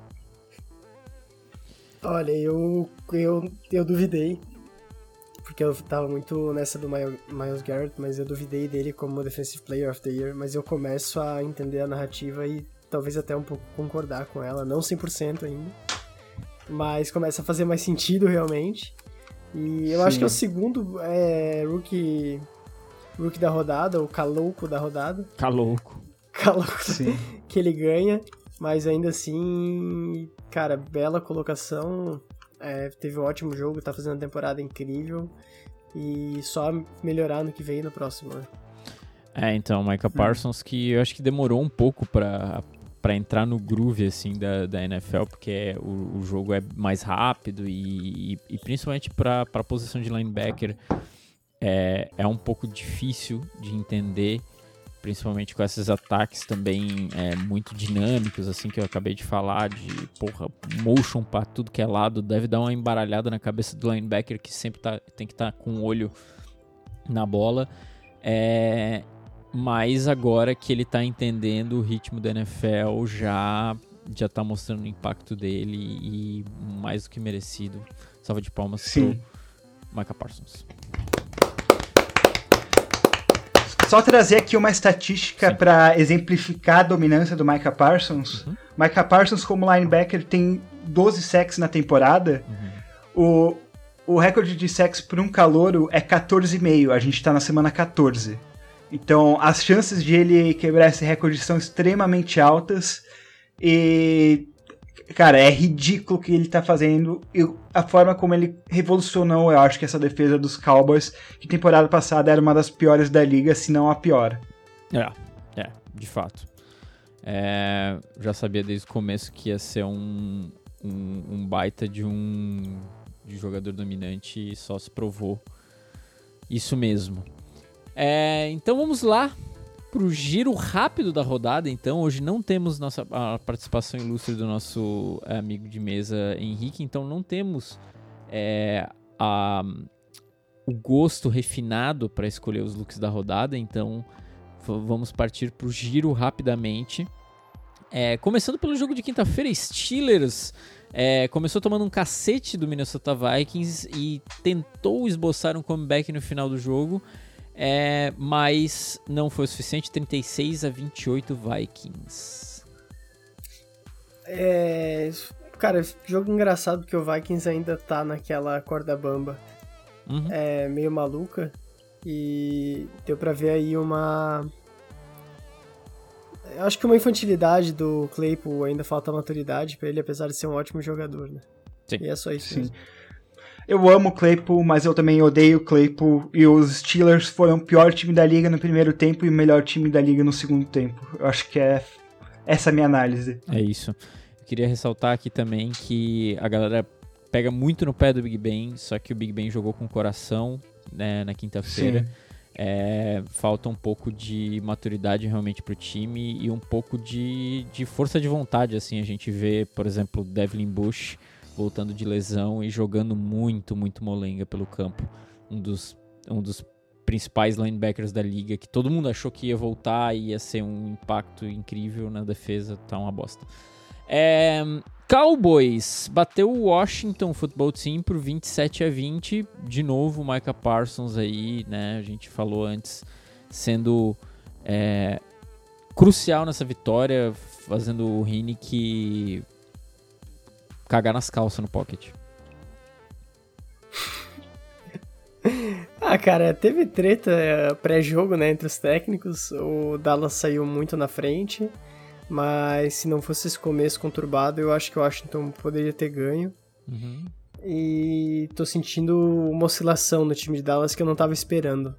Speaker 1: Olha, eu duvidei, porque eu tava muito nessa do Myles Garrett, mas eu duvidei dele como Defensive Player of the Year, mas eu começo a entender a narrativa e talvez até um pouco concordar com ela, não 100% ainda, mas começa a fazer mais sentido realmente. E eu acho que é o segundo rookie da rodada, o calouco da rodada.
Speaker 3: Calouco,
Speaker 1: sim. Que ele ganha, mas ainda assim, cara, bela colocação, teve um ótimo jogo, tá fazendo uma temporada incrível e só melhorar no que vem no próximo, né?
Speaker 3: Então, Micah Parsons, que eu acho que demorou um pouco pra entrar no groove, assim, da NFL, porque o jogo é mais rápido e principalmente pra posição de linebacker é um pouco difícil de entender, principalmente com esses ataques também muito dinâmicos, assim, que eu acabei de falar, de, motion pra tudo que é lado, deve dar uma embaralhada na cabeça do linebacker, que sempre tem que estar com o olho na bola. Mas agora que ele tá entendendo o ritmo da NFL, já tá mostrando o impacto dele e mais do que merecido. Salva de palmas pro Micah Parsons.
Speaker 2: Só trazer aqui uma estatística para exemplificar a dominância do Micah Parsons. Micah Parsons, como linebacker, tem 12 sacks na temporada. O recorde de sacks por um calouro é 14,5. A gente tá na semana 14. Então, as chances de ele quebrar esse recorde são extremamente altas. E Cara, é ridículo o que ele tá fazendo. E a forma como ele revolucionou, eu acho que essa defesa dos Cowboys, que temporada passada era uma das piores da liga, se não a pior.
Speaker 3: De fato. Já sabia desde o começo que ia ser um baita de jogador dominante e só se provou isso mesmo. Então vamos lá pro giro rápido da rodada. Então hoje não temos a participação ilustre do nosso amigo de mesa Henrique, então não temos o gosto refinado para escolher os looks da rodada, então vamos partir pro giro rapidamente. Começando pelo jogo de quinta-feira, Steelers começou tomando um cacete do Minnesota Vikings e tentou esboçar um comeback no final do jogo, mas não foi o suficiente. 36-28 Vikings.
Speaker 1: Cara, jogo engraçado porque o Vikings ainda tá naquela corda bamba meio maluca, e deu pra ver aí eu acho que uma infantilidade do Claypool, ainda falta maturidade pra ele, apesar de ser um ótimo jogador, né?
Speaker 3: Sim.
Speaker 1: E é só isso.
Speaker 2: Sim.
Speaker 1: Mesmo.
Speaker 2: Eu amo o Claypool, mas eu também odeio o Claypool, e os Steelers foram o pior time da liga no primeiro tempo e o melhor time da liga no segundo tempo. Eu acho que é essa a minha análise.
Speaker 3: É isso. Eu queria ressaltar aqui também que a galera pega muito no pé do Big Ben, só que o Big Ben jogou com coração, né, na quinta-feira. Falta um pouco de maturidade realmente pro time e um pouco de força de vontade, assim. A gente vê, por exemplo, o Devlin Bush voltando de lesão e jogando muito, muito molenga pelo campo. Um dos principais linebackers da liga, que todo mundo achou que ia voltar e ia ser um impacto incrível na defesa, tá uma bosta. Cowboys bateu o Washington Football Team por 27-20. De novo, o Micah Parsons aí, né? A gente falou antes, sendo crucial nessa vitória, fazendo o Heinicke cagar nas calças no pocket.
Speaker 1: Cara, teve treta pré-jogo, né, entre os técnicos. O Dallas saiu muito na frente, mas se não fosse esse começo conturbado, eu acho que o Washington poderia ter ganho. E tô sentindo uma oscilação no time de Dallas que eu não tava esperando.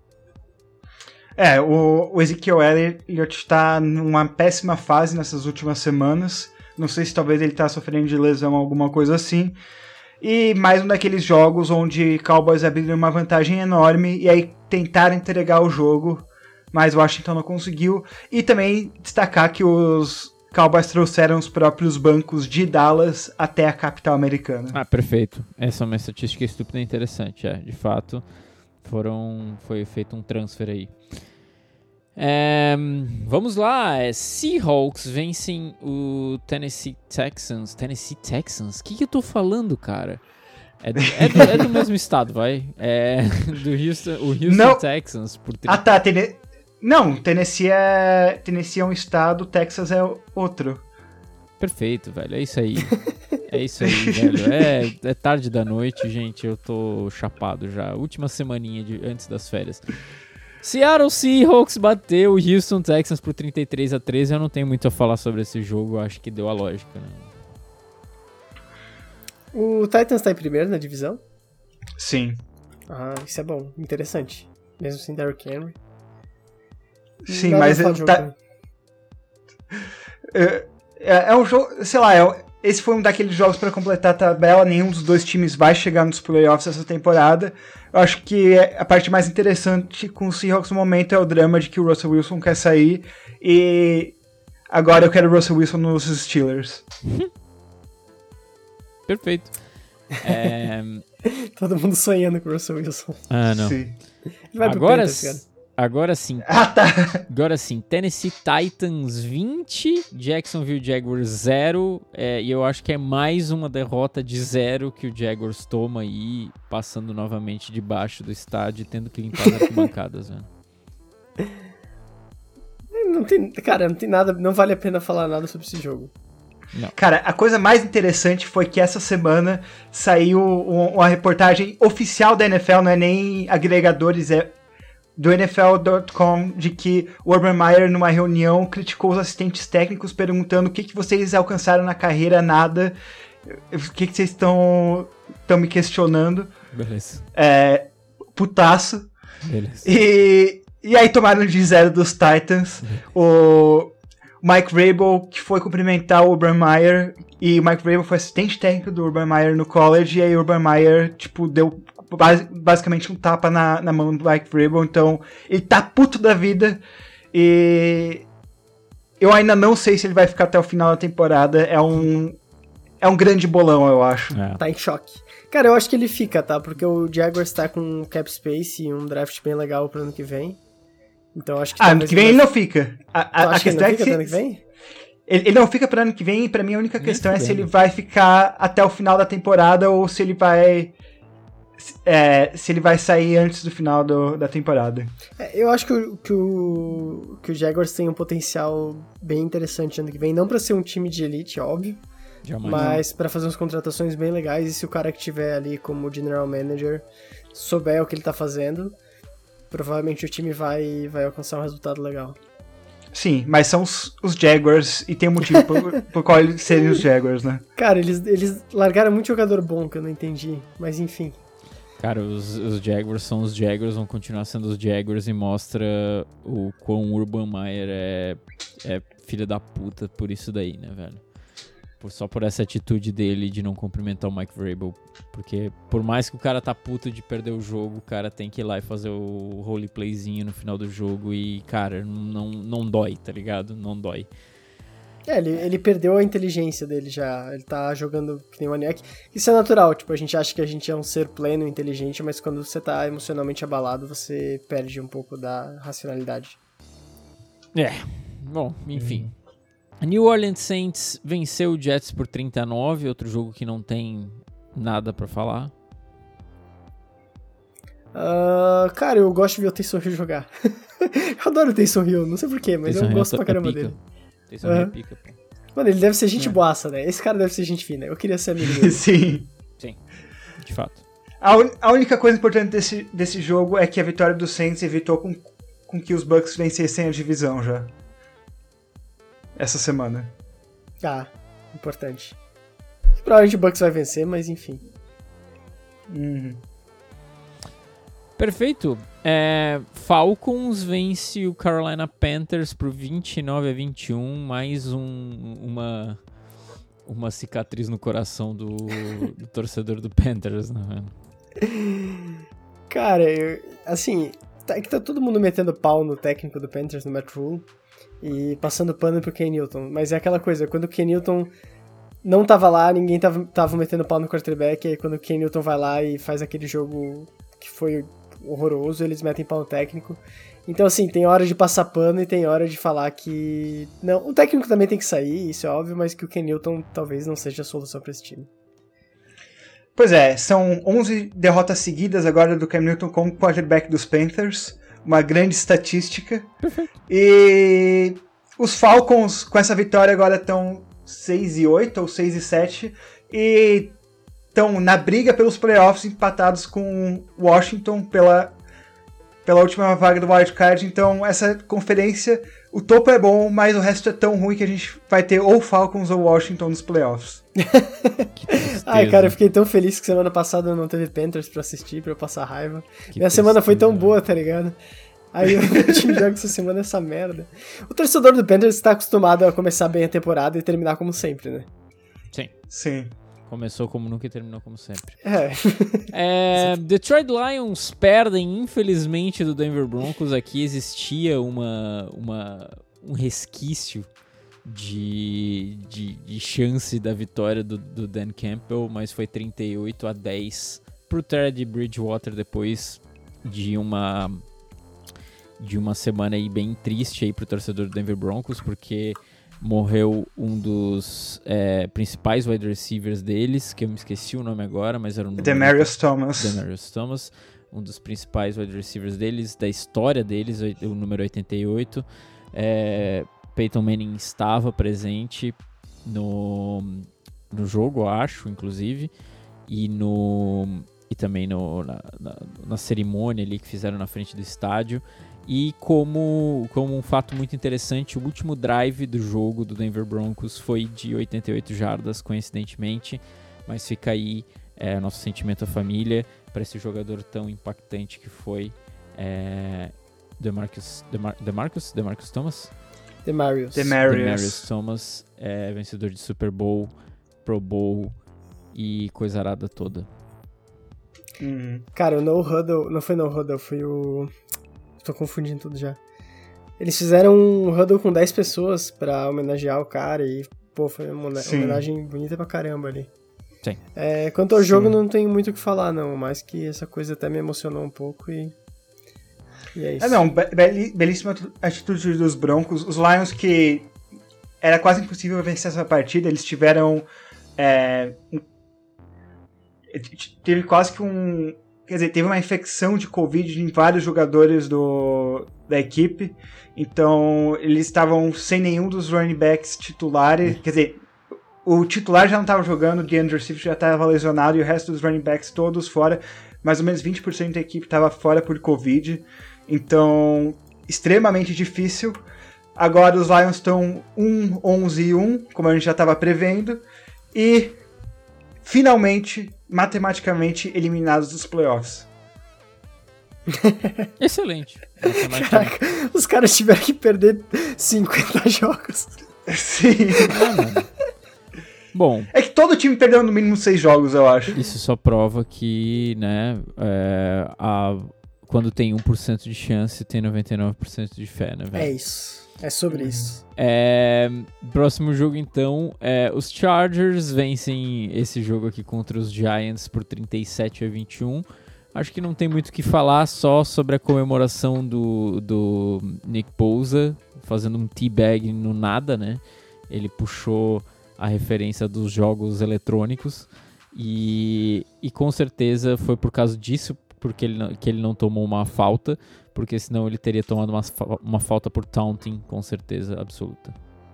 Speaker 2: O Ezekiel Elliott tá numa péssima fase nessas últimas semanas. Não sei se talvez ele tá sofrendo de lesão, alguma coisa assim. E mais um daqueles jogos onde Cowboys abriram uma vantagem enorme e aí tentaram entregar o jogo, mas o Washington não conseguiu. E também destacar que os Cowboys trouxeram os próprios bancos de Dallas até a capital americana.
Speaker 3: Perfeito. Essa é uma estatística estúpida e interessante. De fato, foi feito um transfer aí. Vamos lá. Seahawks vencem o Tennessee Texans. Tennessee Texans? O que eu tô falando, cara? É do mesmo estado, vai? Do Houston Texans. Por 30...
Speaker 2: tá. Não, Tennessee é um estado, Texas é outro.
Speaker 3: Perfeito, velho. É isso aí. Velho. É tarde da noite, gente. Eu tô chapado já. Última semaninha antes das férias. Seattle Seahawks bateu o Houston Texans por 33-13. Eu não tenho muito a falar sobre esse jogo. Eu acho que deu a lógica, né?
Speaker 1: O Titans tá em primeiro na divisão?
Speaker 2: Sim.
Speaker 1: Isso é bom. Interessante. Mesmo sem Derrick Henry.
Speaker 2: Sim, mas ele tá... É um jogo, sei lá, esse foi um daqueles jogos para completar a tabela. Nenhum dos dois times vai chegar nos playoffs essa temporada. Eu acho que a parte mais interessante com o Seahawks no momento é o drama de que o Russell Wilson quer sair, e agora eu quero o Russell Wilson nos Steelers.
Speaker 3: Perfeito.
Speaker 1: Todo mundo sonhando com o Russell Wilson.
Speaker 3: Não.
Speaker 1: Sim. Vai pro
Speaker 3: agora
Speaker 1: Panthers, cara.
Speaker 3: Agora sim. Agora sim. Tennessee Titans 20, Jacksonville Jaguars 0. E eu acho que é mais uma derrota de 0 que o Jaguars toma aí, passando novamente debaixo do estádio e tendo que limpar as arquibancadas, velho.
Speaker 1: Não tem nada, não vale a pena falar nada sobre esse jogo.
Speaker 3: Não.
Speaker 2: Cara, a coisa mais interessante foi que essa semana saiu uma reportagem oficial da NFL, não é nem agregadores, do NFL.com de que o Urban Meyer, numa reunião, criticou os assistentes técnicos perguntando o que vocês alcançaram na carreira, nada, o que vocês estão me questionando.
Speaker 3: Beleza.
Speaker 2: Putaço.
Speaker 3: Beleza.
Speaker 2: E aí tomaram de 0 dos Titans. O Mike Vrabel, que foi cumprimentar o Urban Meyer, e o Mike Vrabel foi assistente técnico do Urban Meyer no college, e aí o Urban Meyer, tipo, deu basicamente um tapa na mão do Mike Vrabel, então ele tá puto da vida, e eu ainda não sei se ele vai ficar até o final da temporada, é um grande bolão, eu acho.
Speaker 1: Tá em choque. Cara, eu acho que ele fica, tá? Porque o Jaguars tá com cap space e um draft bem legal pro ano que vem. Então acho que
Speaker 2: ano que vem ele não fica. A questão é que
Speaker 1: ano que vem?
Speaker 2: Ele não fica pro ano que vem, e pra mim a única questão é se ele vai ficar até o final da temporada ou se ele vai sair antes do final da temporada.
Speaker 1: Eu acho que o Jaguars tem um potencial bem interessante ano que vem, não pra ser um time de elite, óbvio,
Speaker 3: Jamais.
Speaker 1: mas pra fazer umas contratações bem legais, e se o cara que tiver ali como general manager souber o que ele tá fazendo, provavelmente o time vai alcançar um resultado legal.
Speaker 2: Sim, mas são os Jaguars, e tem um motivo por qual eles serem os Jaguars, né?
Speaker 1: Cara, eles largaram muito jogador bom, que eu não entendi, mas enfim.
Speaker 3: Cara, os Jaguars são os Jaguars, vão continuar sendo os Jaguars, e mostra o quão Urban Meyer é filho da puta por isso daí, né, velho? Só por essa atitude dele de não cumprimentar o Mike Vrabel, porque por mais que o cara tá puto de perder o jogo, o cara tem que ir lá e fazer o roleplayzinho no final do jogo e, cara, não dói, tá ligado? Não dói.
Speaker 1: Ele perdeu a inteligência dele já, ele tá jogando que nem o Maniac. Isso é natural, tipo, a gente acha que a gente é um ser pleno, inteligente, mas quando você tá emocionalmente abalado, você perde um pouco da racionalidade.
Speaker 3: Bom, enfim. New Orleans Saints venceu o Jets por 39, outro jogo que não tem nada pra falar.
Speaker 1: Cara, eu gosto de ver o Taysom Hill jogar. Eu adoro o Taysom Hill, não sei porquê, mas
Speaker 3: Taysom
Speaker 1: eu gosto
Speaker 3: Hill
Speaker 1: pra caramba dele.
Speaker 3: Taysom Hill é pica, pô.
Speaker 1: Mano, ele deve ser gente boaça, né? Esse cara deve ser gente fina. Eu queria ser amigo dele.
Speaker 2: Sim,
Speaker 3: de fato.
Speaker 2: A única coisa importante desse jogo é que a vitória do Saints evitou com que os Bucks vencessem a divisão já. Essa semana.
Speaker 1: Importante. Provavelmente o Bucks vai vencer, mas enfim.
Speaker 3: Perfeito. Falcons vence o Carolina Panthers por 29-21, mais uma cicatriz no coração do torcedor do Panthers, né?
Speaker 1: Cara, tá todo mundo metendo pau no técnico do Panthers, no Matt Rule, e passando pano pro Ken Newton, mas é aquela coisa, quando o Ken Newton não tava lá, ninguém tava metendo pau no quarterback, e aí quando o Ken Newton vai lá e faz aquele jogo que foi horroroso, eles metem pau no técnico. Então, assim, tem hora de passar pano e tem hora de falar que... Não, o técnico também tem que sair, isso é óbvio, mas que o Ken Newton talvez não seja a solução pra esse time.
Speaker 2: Pois é, são 11 derrotas seguidas agora do Cam Newton como quarterback dos Panthers, uma grande estatística. E os Falcons, com essa vitória, agora estão 6-8 ou 6-7 e estão na briga pelos playoffs, empatados com Washington pela última vaga do wildcard. Então essa conferência, o topo é bom, mas o resto é tão ruim que a gente vai ter ou Falcons ou Washington nos playoffs.
Speaker 1: Ai, cara, eu fiquei tão feliz que semana passada não teve Panthers pra assistir, pra eu passar raiva. Minha semana foi tão boa, tá ligado? Aí o time joga essa semana essa merda. O torcedor do Panthers tá acostumado a começar bem a temporada e terminar como sempre, né?
Speaker 2: Sim.
Speaker 3: Começou como nunca e terminou como sempre.
Speaker 1: Detroit
Speaker 3: Lions perdem, infelizmente, do Denver Broncos. Aqui existia um resquício de chance da vitória do Dan Campbell, mas foi 38-10 pro Teddy Bridgewater depois de uma semana aí bem triste aí pro torcedor do Denver Broncos, porque morreu um dos principais wide receivers deles, que eu me esqueci o nome agora, mas era o
Speaker 2: Demaryius
Speaker 3: Thomas, um dos principais wide receivers deles, da história deles, o número 88. Peyton Manning estava presente no jogo, acho, inclusive, e e também na cerimônia ali que fizeram na frente do estádio. E como um fato muito interessante, o último drive do jogo do Denver Broncos foi de 88 jardas, coincidentemente, mas fica aí nosso sentimento à família para esse jogador tão impactante que foi Demarcus Thomas?
Speaker 1: Demarius
Speaker 3: Thomas, vencedor de Super Bowl, Pro Bowl e coisa arada toda.
Speaker 1: Cara, o No Huddle, não foi No Huddle, foi o... Tô confundindo tudo já. Eles fizeram um huddle com 10 pessoas pra homenagear o cara e, pô, foi uma homenagem bonita pra caramba ali.
Speaker 3: Sim.
Speaker 1: Quanto ao jogo, não tenho muito o que falar, não, mas que essa coisa até me emocionou um pouco e é isso.
Speaker 2: Belíssima atitude dos Broncos. Os Lions, que era quase impossível vencer essa partida, eles tiveram... teve quase que Quer dizer, teve uma infecção de Covid em vários jogadores da equipe, então eles estavam sem nenhum dos running backs titulares, quer dizer, o titular já não estava jogando, o DeAndre Swift já estava lesionado e o resto dos running backs todos fora, mais ou menos 20% da equipe estava fora por Covid, então extremamente difícil. Agora os Lions estão 11-1, como a gente já estava prevendo, e finalmente, matematicamente, eliminados dos playoffs.
Speaker 3: Excelente.
Speaker 1: Caraca, os caras tiveram que perder 50 jogos.
Speaker 2: Sim.
Speaker 3: Mano. Bom.
Speaker 2: É que todo time perdeu no mínimo 6 jogos, eu acho.
Speaker 3: Isso só prova que, né, quando tem 1% de chance, tem 99% de fé, né, velho?
Speaker 1: É isso. É sobre isso.
Speaker 3: Próximo jogo, então, os Chargers vencem esse jogo aqui contra os Giants por 37-21. Acho que não tem muito o que falar, só sobre a comemoração do Nick Bosa, fazendo um teabag no nada, né? Ele puxou a referência dos jogos eletrônicos e com certeza foi por causa disso que ele não tomou uma falta, porque senão ele teria tomado uma falta por taunting, com certeza absoluta.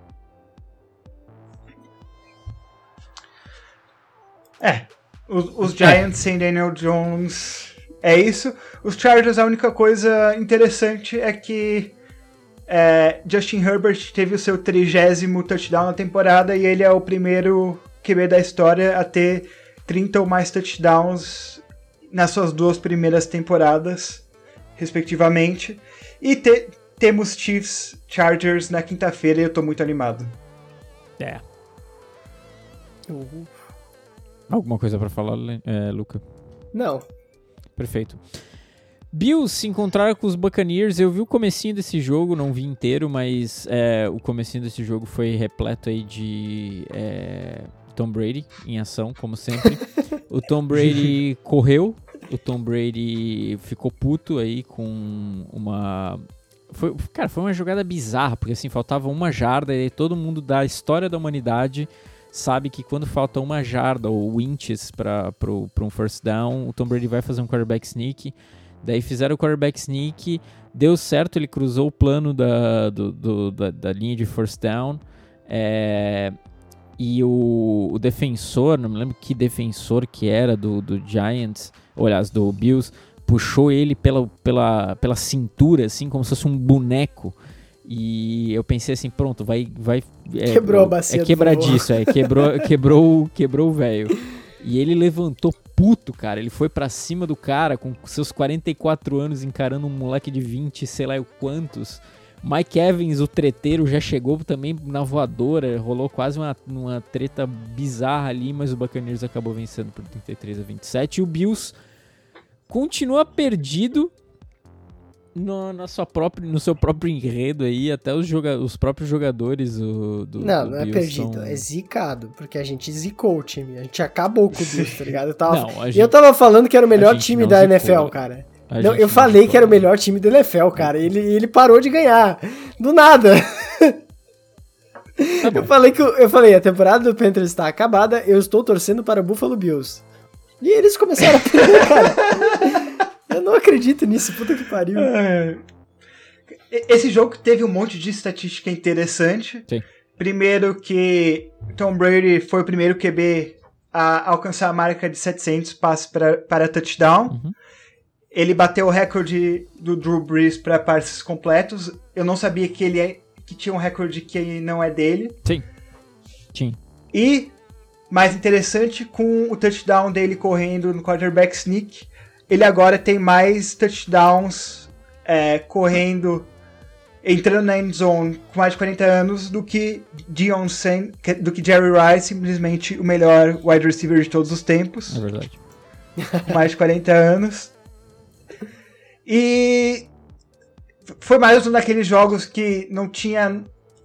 Speaker 2: Os Giants sem Daniel Jones é isso. Os Chargers, a única coisa interessante é que Justin Herbert teve o seu 30º touchdown na temporada e ele é o primeiro QB da história a ter 30 ou mais touchdowns nas suas 2 primeiras temporadas, respectivamente. E temos Chiefs Chargers na quinta-feira e eu tô muito animado.
Speaker 3: Alguma coisa pra falar, Luca?
Speaker 1: Não.
Speaker 3: Perfeito. Bills se encontraram com os Buccaneers. Eu vi o comecinho desse jogo, não vi inteiro, mas o comecinho desse jogo foi repleto aí de Tom Brady em ação, como sempre. O Tom Brady correu, o Tom Brady ficou puto aí com foi uma jogada bizarra, porque assim, faltava 1 jarda e todo mundo da história da humanidade sabe que quando falta 1 jarda ou inches para um first down, o Tom Brady vai fazer um quarterback sneak. Daí fizeram o quarterback sneak, deu certo, ele cruzou o plano da linha de first down. E o defensor, não me lembro que defensor que era do Giants, ou aliás, do Bills, puxou ele pela cintura, assim, como se fosse um boneco. E eu pensei assim, pronto, vai
Speaker 1: quebrou a bacia.
Speaker 3: É quebradiço, quebrou o velho. E ele levantou puto, cara. Ele foi pra cima do cara com seus 44 anos encarando um moleque de 20, sei lá quantos. Mike Evans, o treteiro, já chegou também na voadora. Rolou quase uma treta bizarra ali, mas o Buccaneers acabou vencendo por 33-27. E o Bills continua perdido no seu próprio enredo aí, até os próprios jogadores do
Speaker 1: Não
Speaker 3: Bills
Speaker 1: é perdido, é zicado, porque a gente zicou o time, a gente acabou com o Bills, tá ligado? Eu tava falando que era o melhor time da NFL, cara. Não, eu falei que era o melhor time da NFL, cara, e ele parou de ganhar, do nada. Eu falei, a temporada do Panthers está acabada, eu estou torcendo para o Buffalo Bills. E eles começaram a perder, cara. Eu não acredito nisso, puta que pariu.
Speaker 2: Esse jogo teve um monte de estatística interessante.
Speaker 3: Sim.
Speaker 2: Primeiro que Tom Brady foi o primeiro QB a alcançar a marca de 700 passes para touchdown. Ele bateu o recorde do Drew Brees para passes completos. Eu não sabia que tinha um recorde que não é dele.
Speaker 3: Sim.
Speaker 2: E, mais interessante, com o touchdown dele correndo no quarterback sneak, ele agora tem mais touchdowns correndo, entrando na end zone com mais de 40 anos do que Jerry Rice, simplesmente o melhor wide receiver de todos os tempos.
Speaker 3: É verdade.
Speaker 2: Com mais de 40 anos. E foi mais um daqueles jogos que não tinha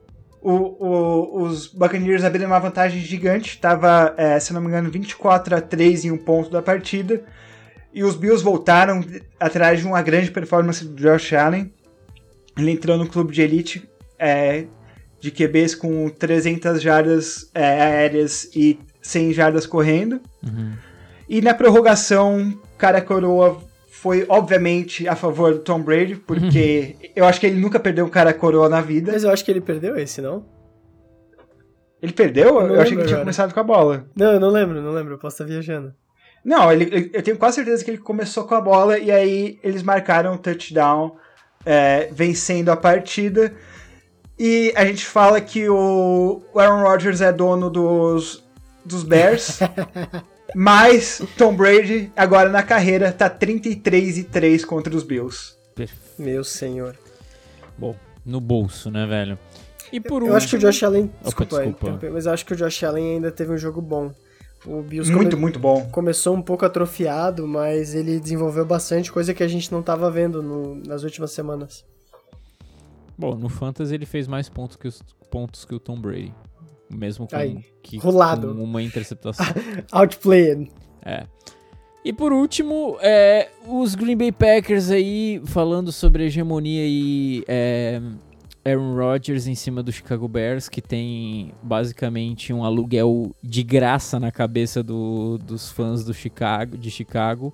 Speaker 2: os Buccaneers abrindo uma vantagem gigante. Tava, se não me engano, 24-3 em um ponto da partida. E os Bills voltaram atrás de uma grande performance do Josh Allen. Ele entrou no clube de elite de QBs com 300 jardas aéreas e 100 jardas correndo. E na prorrogação, cara coroa foi, obviamente, a favor do Tom Brady, porque eu acho que ele nunca perdeu um cara coroa na vida.
Speaker 1: Mas eu acho que ele perdeu esse, não?
Speaker 2: Ele perdeu? Eu achei que ele tinha começado com a bola.
Speaker 1: Não, eu não lembro, eu posso estar viajando.
Speaker 2: Não, eu tenho quase certeza que ele começou com a bola e aí eles marcaram um touchdown, vencendo a partida. E a gente fala que o Aaron Rodgers é dono dos Bears, mas Tom Brady, agora na carreira, tá 33-3 contra os Bills.
Speaker 1: Meu senhor.
Speaker 3: Bom, no bolso, né, velho? E por último...
Speaker 1: Eu acho que o Josh Allen...
Speaker 3: Desculpa.
Speaker 1: Mas eu acho que o Josh Allen ainda teve um jogo bom. O Bills
Speaker 2: muito bom.
Speaker 1: Começou um pouco atrofiado, mas ele desenvolveu bastante coisa que a gente não tava vendo nas últimas semanas.
Speaker 3: Bom, no Fantasy ele fez mais pontos que o Tom Brady. Mesmo com uma interceptação.
Speaker 1: Outplayed.
Speaker 3: E por último, os Green Bay Packers aí, falando sobre a hegemonia e Aaron Rodgers em cima do Chicago Bears, que tem basicamente um aluguel de graça na cabeça dos fãs de Chicago.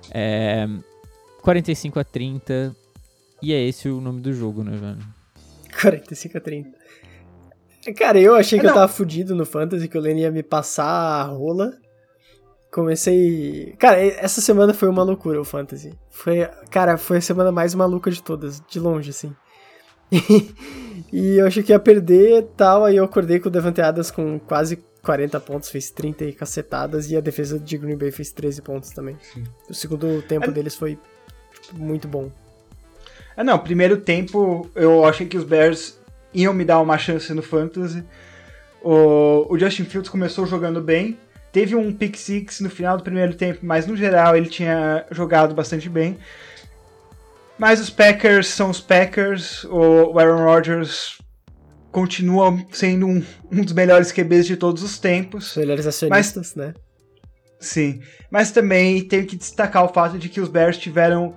Speaker 3: 45-30. E é esse o nome do jogo, né, velho?
Speaker 1: 45-30. Cara, eu achei que eu tava fudido no Fantasy, que o Lenny ia me passar a rola. Comecei... Cara, essa semana foi uma loucura o Fantasy. Foi a semana mais maluca de todas, de longe, assim. E eu achei que ia perder e tal, aí eu acordei com o Davante Adams com quase 40 pontos, fez 30 e cacetadas, e a defesa de Green Bay fez 13 pontos também. Sim. O segundo tempo deles foi muito bom.
Speaker 2: Não, primeiro tempo eu achei que os Bears iam me dar uma chance no Fantasy. O Justin Fields começou jogando bem, teve um pick six no final do primeiro tempo, mas no geral ele tinha jogado bastante bem. Mas os Packers são os Packers, o Aaron Rodgers continua sendo um dos melhores QBs de todos os tempos.
Speaker 1: Melhores acionistas, né?
Speaker 2: Sim, mas também tenho que destacar o fato de que os Bears tiveram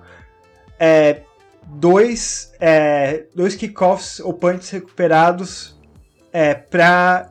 Speaker 2: dois kickoffs ou punts recuperados para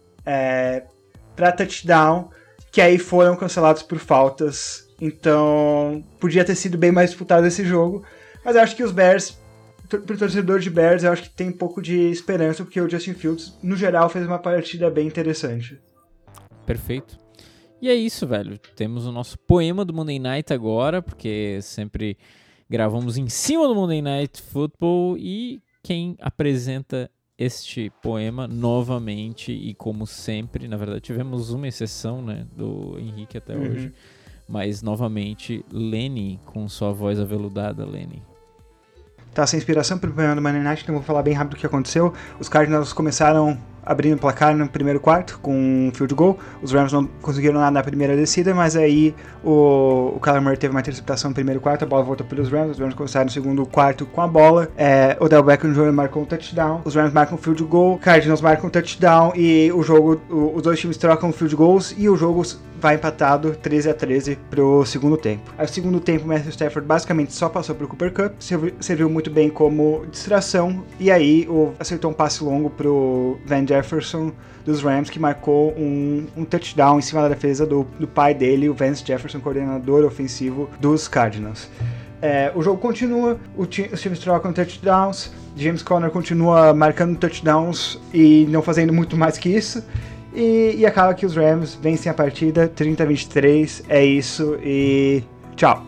Speaker 2: touchdown, que aí foram cancelados por faltas. Então, podia ter sido bem mais disputado esse jogo. Mas eu acho que os Bears, pro torcedor de Bears, eu acho que tem um pouco de esperança, porque o Justin Fields, no geral, fez uma partida bem interessante.
Speaker 3: Perfeito. E é isso, velho. Temos o nosso poema do Monday Night agora, porque sempre gravamos em cima do Monday Night Football, e quem apresenta este poema novamente, e como sempre, na verdade tivemos uma exceção, né, do Henrique até hoje, mas novamente Lenny, com sua voz aveludada. Lenny.
Speaker 2: Tá sem inspiração pro poema do Monday Night, então vou falar bem rápido o que aconteceu. Os Cardinals começaram abrindo o placar no primeiro quarto com um field goal. Os Rams não conseguiram nada na primeira descida, mas aí o Kyler Murray teve uma interceptação no primeiro quarto, a bola voltou pelos Rams, os Rams começaram no segundo quarto com a bola, o Odell Beckham Jr. marcou um touchdown, os Rams marcam um field goal, Cardinals marcam um touchdown e o jogo, os dois times trocam field goals e o jogo vai empatado 13-13 pro segundo tempo. Aí, no segundo tempo, o Matthew Stafford basicamente só passou pro Cooper Kupp, serviu muito bem como distração, e aí acertou um passe longo pro Van Jefferson dos Rams, que marcou um touchdown em cima da defesa do pai dele, o Vance Jefferson, coordenador ofensivo dos Cardinals. O jogo continua, os times trocam touchdowns, James Conner continua marcando touchdowns e não fazendo muito mais que isso. E acaba que os Rams vencem a partida 30-23. É isso e tchau.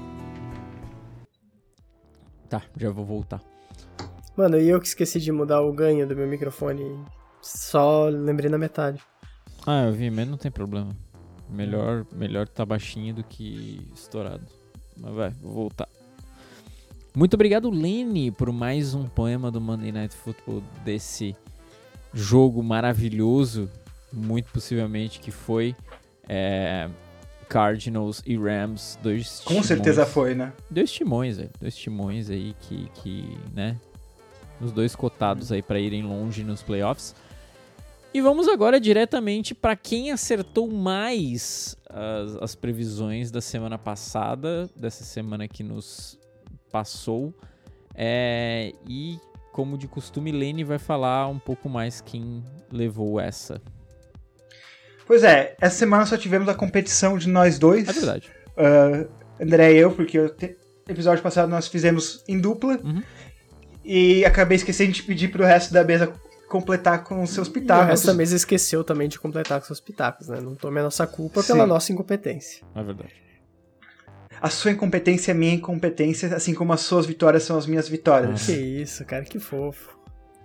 Speaker 3: Tá, já vou voltar.
Speaker 1: Mano, e eu que esqueci de mudar o ganho do meu microfone. Só lembrei na metade.
Speaker 3: Eu vi, mas não tem problema. Melhor tá baixinho do que estourado. Mas vai, vou voltar. Muito obrigado, Lenny, por mais um poema do Monday Night Football, desse jogo maravilhoso, muito possivelmente que foi Cardinals e Rams, dois
Speaker 2: Com
Speaker 3: timões.
Speaker 2: certeza foi, né?
Speaker 3: Dois timões, velho. Dois timões aí que, né? Os dois cotados aí pra irem longe nos playoffs. E vamos agora diretamente para quem acertou mais as previsões da semana passada, dessa semana que nos passou. E, como de costume, Lenny vai falar um pouco mais quem levou essa.
Speaker 2: Pois é, essa semana só tivemos a competição de nós dois.
Speaker 3: É verdade.
Speaker 2: André e eu, porque o episódio passado nós fizemos em dupla.
Speaker 3: Uhum.
Speaker 2: E acabei esquecendo de pedir pro resto da mesa completar com os seus
Speaker 1: E o
Speaker 2: pitacos.
Speaker 1: resto da mesa esqueceu também de completar com seus pitacos, né? Não tome a nossa culpa
Speaker 2: Sim.
Speaker 1: pela nossa incompetência.
Speaker 3: É verdade.
Speaker 2: A sua incompetência é minha incompetência, assim como as suas vitórias são as minhas vitórias.
Speaker 1: Que isso, cara, que fofo.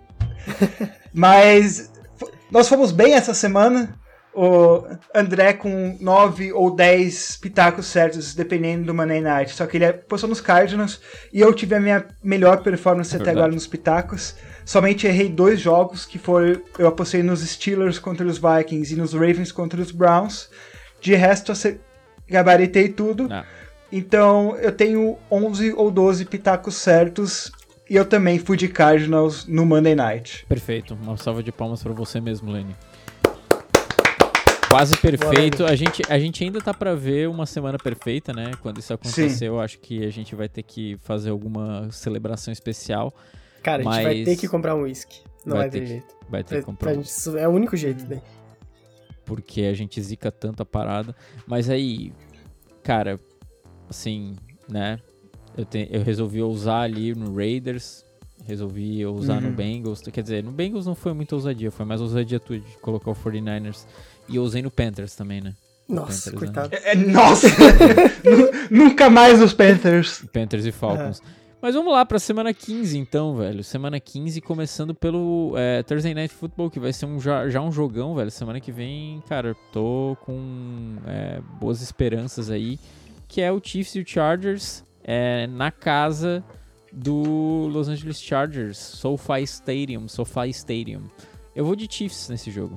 Speaker 2: Mas nós fomos bem essa semana. O André com 9 ou 10 pitacos certos, dependendo do Monday Night. Só que ele apostou nos Cardinals e eu tive a minha melhor performance até agora nos pitacos. Somente errei 2 jogos, que foi... Eu apostei nos Steelers contra os Vikings e nos Ravens contra os Browns. De resto, gabaritei tudo. Então, eu tenho 11 ou 12 pitacos certos. E eu também fui de Cardinals no Monday Night.
Speaker 3: Perfeito. Uma salva de palmas pra você mesmo, Lenny. Quase perfeito. A gente ainda tá pra ver uma semana perfeita, né? Quando isso acontecer, eu acho que a gente vai ter que fazer alguma celebração especial.
Speaker 1: Cara, a gente vai ter que comprar um whisky. Não vai ter jeito.
Speaker 3: Vai ter que comprar.
Speaker 1: É o único jeito daí.
Speaker 3: Porque a gente zica tanto a parada. Mas aí, cara, assim, né? Eu resolvi usar ali no Raiders. Resolvi usar no Bengals. Quer dizer, no Bengals não foi muita ousadia. Foi mais ousadia tua de colocar o 49ers. E eu usei no Panthers também, né?
Speaker 1: Nossa,
Speaker 3: Panthers,
Speaker 1: coitado.
Speaker 3: Né?
Speaker 2: Nossa! Nunca mais os Panthers.
Speaker 3: Panthers e Falcons. Mas vamos lá pra semana 15 então, velho. Semana 15 começando pelo Thursday Night Football, que vai ser já um jogão, velho. Semana que vem, cara, tô com boas esperanças aí. Que é o Chiefs e o Chargers na casa do Los Angeles Chargers, SoFi Stadium. Eu vou de Chiefs nesse jogo.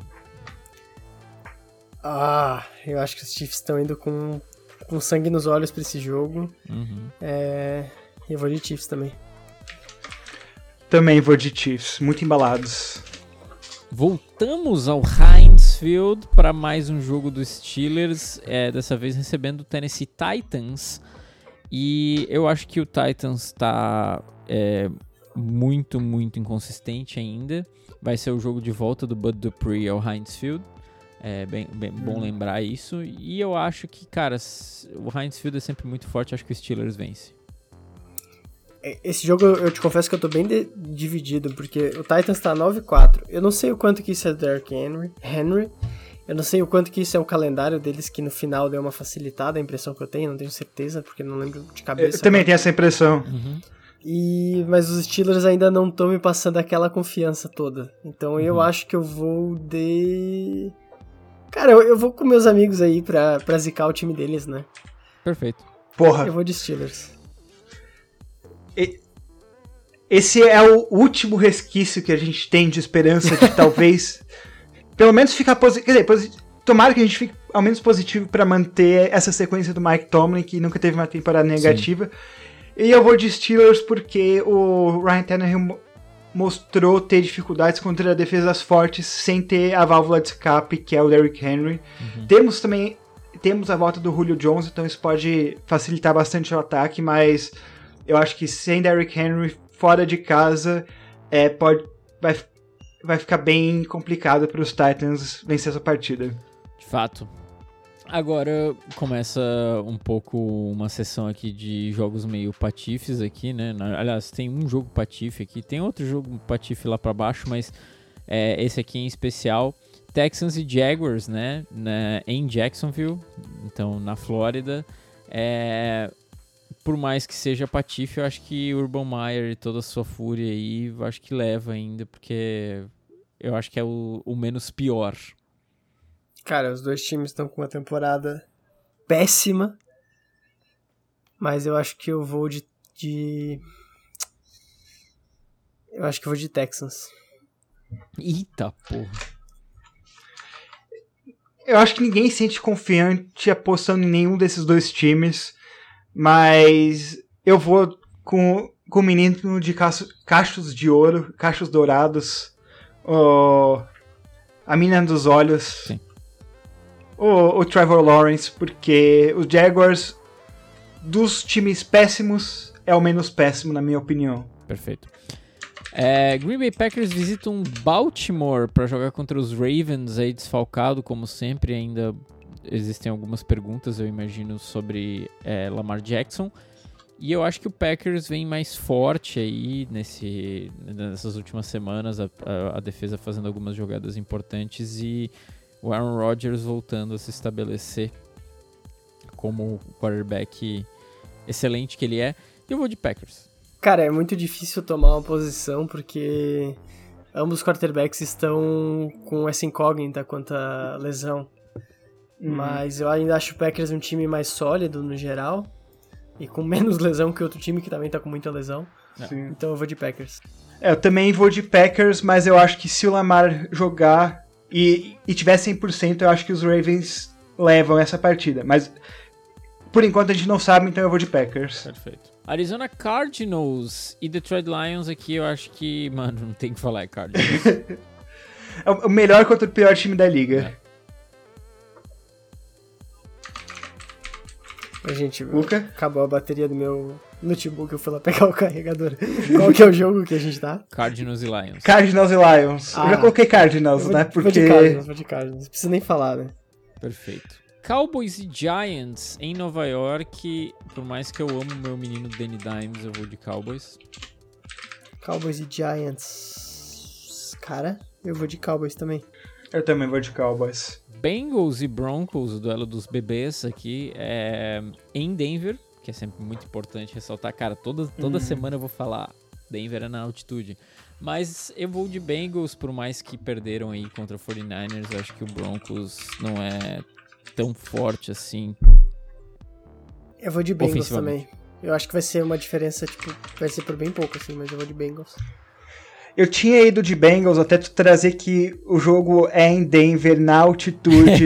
Speaker 1: Eu acho que os Chiefs estão indo com sangue nos olhos pra esse jogo. Eu vou de Chiefs também.
Speaker 2: Também vou de Chiefs, muito embalados.
Speaker 3: Voltamos ao Heinz Field para mais um jogo dos Steelers, dessa vez recebendo o Tennessee Titans. E eu acho que o Titans está muito, muito inconsistente ainda. Vai ser o jogo de volta do Bud Dupree ao Heinz Field. É bem bom lembrar isso. E eu acho que, cara, o Heinz Field é sempre muito forte. Acho que o Steelers vence.
Speaker 1: Esse jogo, eu te confesso que eu tô bem dividido, porque o Titans tá 9-4. Eu não sei o quanto que isso é Derrick Henry. Eu não sei o quanto que isso é o calendário deles, que no final deu uma facilitada, a impressão que eu tenho. Não tenho certeza, porque não lembro de cabeça.
Speaker 2: Eu também tenho essa impressão.
Speaker 1: Mas os Steelers ainda não estão me passando aquela confiança toda. Então eu acho que eu vou de... Cara, eu vou com meus amigos aí pra zicar o time deles, né?
Speaker 3: Perfeito.
Speaker 2: Porra.
Speaker 1: Eu vou de Steelers.
Speaker 2: Esse é o último resquício que a gente tem de esperança de talvez, pelo menos ficar positivo. Quer dizer, tomara que a gente fique ao menos positivo pra manter essa sequência do Mike Tomlin, que nunca teve uma temporada negativa. Sim. E eu vou de Steelers porque o Ryan Tannehill mostrou ter dificuldades contra a defesas fortes sem ter a válvula de escape, que é o Derrick Henry. Temos a volta do Julio Jones, então isso pode facilitar bastante o ataque, mas eu acho que sem Derrick Henry fora de casa vai ficar bem complicado para os Titans vencer essa partida.
Speaker 3: De fato. Agora começa um pouco uma sessão aqui de jogos meio patifes aqui, né? Aliás, tem um jogo patife aqui, tem outro jogo patife lá pra baixo, mas esse aqui em especial Texans e Jaguars, né, em Jacksonville, então na Flórida. Por mais que seja patife, eu acho que Urban Meyer e toda a sua fúria aí, eu acho que leva ainda, porque eu acho que é o menos pior.
Speaker 1: Cara, os dois times estão com uma temporada péssima, mas eu acho que eu vou de... Eu acho que eu vou de Texans.
Speaker 3: Eita, porra.
Speaker 2: Eu acho que ninguém se sente confiante apostando em nenhum desses dois times, mas eu vou com o menino de cachos de ouro, cachos dourados, a menina dos olhos,
Speaker 3: sim.
Speaker 2: O Trevor Lawrence, porque os Jaguars, dos times péssimos, é o menos péssimo, na minha opinião.
Speaker 3: Perfeito. Green Bay Packers visitam Baltimore para jogar contra os Ravens, aí desfalcado, como sempre. Ainda existem algumas perguntas, eu imagino, sobre Lamar Jackson. E eu acho que o Packers vem mais forte aí nessas últimas semanas, a defesa fazendo algumas jogadas importantes e o Aaron Rodgers voltando a se estabelecer como o quarterback excelente que ele é. E eu vou de Packers.
Speaker 1: Cara, é muito difícil tomar uma posição porque ambos os quarterbacks estão com essa incógnita quanto à lesão. Mas eu ainda acho o Packers um time mais sólido no geral e com menos lesão que outro time que também tá com muita lesão.
Speaker 2: Sim.
Speaker 1: Então eu vou de Packers.
Speaker 2: Eu também vou de Packers, mas eu acho que se o Lamar jogar e tiver 100%, eu acho que os Ravens levam essa partida. Mas por enquanto a gente não sabe, então eu vou de Packers.
Speaker 3: Perfeito. Arizona Cardinals e Detroit Lions aqui, eu acho que, mano, não tem que falar, é Cardinals.
Speaker 2: É o melhor contra o pior time da liga.
Speaker 1: Gente,
Speaker 2: Luca?
Speaker 1: Acabou a bateria do meu notebook, eu fui lá pegar o carregador. Qual que é o jogo que a gente tá?
Speaker 3: Cardinals e Lions.
Speaker 2: Cardinals e Lions. Eu já coloquei Cardinals, né? Porque...
Speaker 1: Vou de Cardinals. Não precisa nem falar, né?
Speaker 3: Perfeito. Cowboys e Giants em Nova York. Por mais que eu amo meu menino Danny Dimes, eu vou de Cowboys.
Speaker 1: Cowboys e Giants. Cara, eu vou de Cowboys também.
Speaker 2: Eu também vou de Cowboys.
Speaker 3: Bengals e Broncos, o duelo dos bebês aqui, em Denver, que é sempre muito importante ressaltar. Cara, toda semana eu vou falar, Denver é na altitude. Mas eu vou de Bengals, por mais que perderam aí contra 49ers, eu acho que o Broncos não é tão forte assim.
Speaker 1: Eu vou de Bengals também. Eu acho que vai ser uma diferença, vai ser por bem pouco, assim, mas eu vou de Bengals.
Speaker 2: Eu tinha ido de Bengals até tu trazer que o jogo é em Denver, na altitude.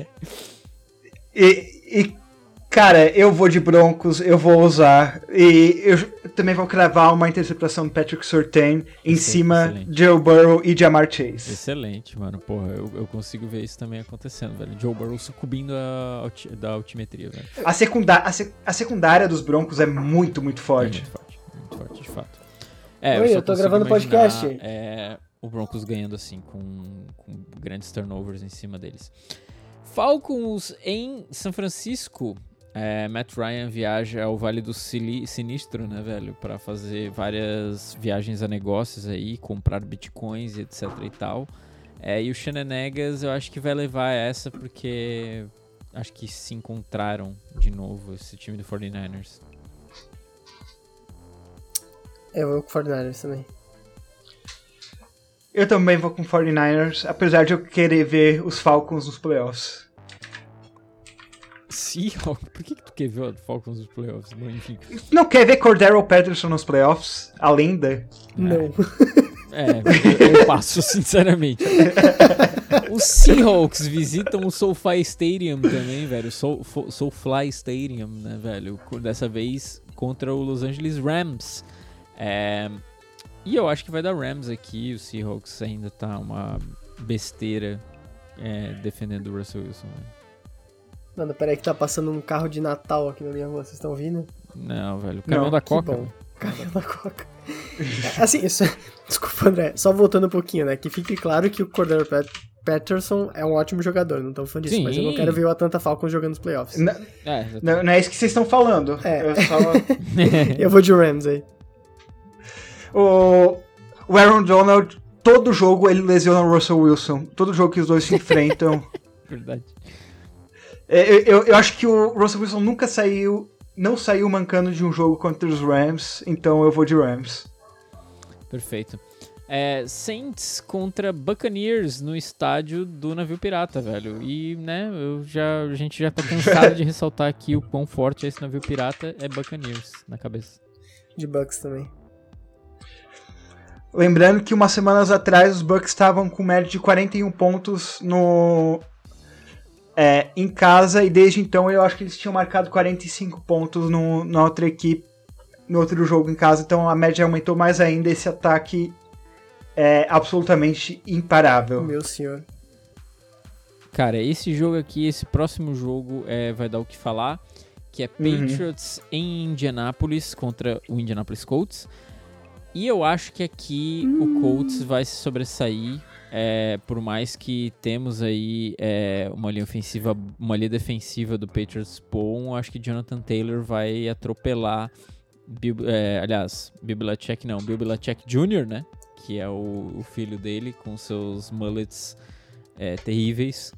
Speaker 2: e, cara, eu vou de Broncos, eu vou usar. E eu também vou cravar uma interceptação do Patrick Surtain em cima de Joe Burrow e Ja'Marr Chase.
Speaker 3: Excelente, mano. Porra, eu consigo ver isso também acontecendo, velho. Joe Burrow sucumbindo da altimetria, velho.
Speaker 2: A secundária dos Broncos é muito, muito forte.
Speaker 3: Muito forte, de fato.
Speaker 1: Eu tô gravando podcast.
Speaker 3: O Broncos ganhando assim, com grandes turnovers em cima deles. Falcons em São Francisco. Matt Ryan viaja ao Vale do Sinistro, né, velho? Pra fazer várias viagens a negócios aí, comprar bitcoins e etc e tal. E o Shenanigans eu acho que vai levar essa porque acho que se encontraram de novo esse time do 49ers.
Speaker 1: Eu vou com 49ers também.
Speaker 2: Eu também vou com 49ers, apesar de eu querer ver os Falcons nos playoffs.
Speaker 3: Seahawks? Por que tu quer ver o Falcons nos playoffs? Bom, enfim.
Speaker 2: Não quer ver Cordero Patterson nos playoffs? A lenda?
Speaker 1: Não.
Speaker 3: Eu passo, sinceramente. Os Seahawks visitam o SoFi Stadium também, velho. SoFly Stadium, né, velho? Dessa vez contra o Los Angeles Rams. E eu acho que vai dar Rams aqui. O Seahawks ainda tá uma besteira defendendo o Russell Wilson.
Speaker 1: Mano, peraí que tá passando um carro de Natal aqui na minha rua, vocês estão ouvindo?
Speaker 3: Não, velho, o caminhão da Coca.
Speaker 1: Bom. Caminhão da Coca. Assim, desculpa, André, só voltando um pouquinho, né, que fique claro que o Cordero Patterson é um ótimo jogador, não tô falando disso, mas eu não quero ver o Atlanta Falcons jogando nos playoffs.
Speaker 2: Não é isso que vocês estão falando.
Speaker 1: Eu vou de Rams aí.
Speaker 2: O Aaron Donald todo jogo ele lesiona o Russell Wilson. Todo jogo que os dois se enfrentam.
Speaker 3: Verdade.
Speaker 2: Eu acho que o Russell Wilson não saiu mancando de um jogo contra os Rams, então eu vou de Rams.
Speaker 3: Perfeito. Saints contra Buccaneers no estádio do Navio Pirata, velho. E, né, a gente já tá cansado de ressaltar aqui o quão forte é esse Navio Pirata. É Buccaneers na cabeça.
Speaker 1: De Bucks também.
Speaker 2: Lembrando que umas semanas atrás os Bucks estavam com média de 41 pontos em casa, e desde então eu acho que eles tinham marcado 45 pontos na outra equipe, no outro jogo em casa, então a média aumentou mais ainda. Esse ataque é absolutamente imparável.
Speaker 1: Meu senhor.
Speaker 3: Cara, esse jogo aqui, esse próximo jogo vai dar o que falar, que é Patriots em Indianápolis contra o Indianapolis Colts. E eu acho que aqui o Colts vai se sobressair, por mais que temos aí uma linha defensiva do Patriots bom. Acho que Jonathan Taylor vai atropelar, Bill Belichick Jr., né? Que é o filho dele, com seus mullets terríveis.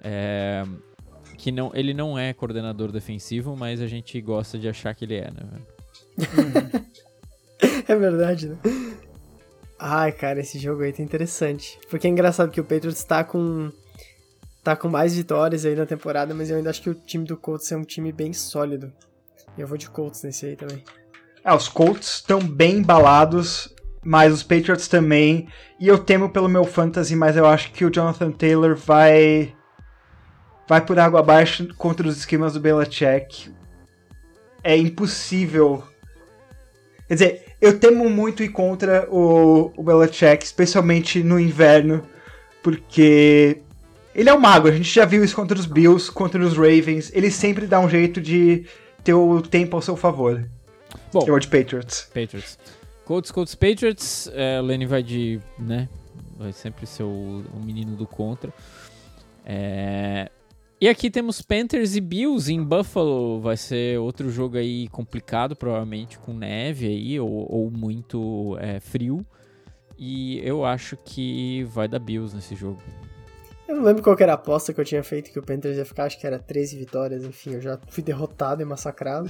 Speaker 3: Ele não é coordenador defensivo, mas a gente gosta de achar que ele é, né?
Speaker 1: É verdade, né? Ai, cara, esse jogo aí tá interessante. Porque é engraçado que o Patriots tá com mais vitórias aí na temporada, mas eu ainda acho que o time do Colts é um time bem sólido. E eu vou de Colts nesse aí também.
Speaker 2: Os Colts estão bem embalados, mas os Patriots também. E eu temo pelo meu fantasy, mas eu acho que o Jonathan Taylor vai por água abaixo contra os esquemas do Belichick. É impossível. Quer dizer, eu temo muito ir contra o Belichick, especialmente no inverno, porque ele é um mago. A gente já viu isso contra os Bills, contra os Ravens. Ele sempre dá um jeito de ter o tempo ao seu favor.
Speaker 3: Bom,
Speaker 2: eu vou de Patriots.
Speaker 3: Colts, Patriots. O Lenny vai de, né? Vai sempre ser o menino do contra. E aqui temos Panthers e Bills em Buffalo. Vai ser outro jogo aí complicado, provavelmente com neve aí, ou muito frio. E eu acho que vai dar Bills nesse jogo.
Speaker 1: Eu não lembro qual que era a aposta que eu tinha feito, que o Panthers ia ficar, acho que era 13 vitórias, enfim, eu já fui derrotado e massacrado.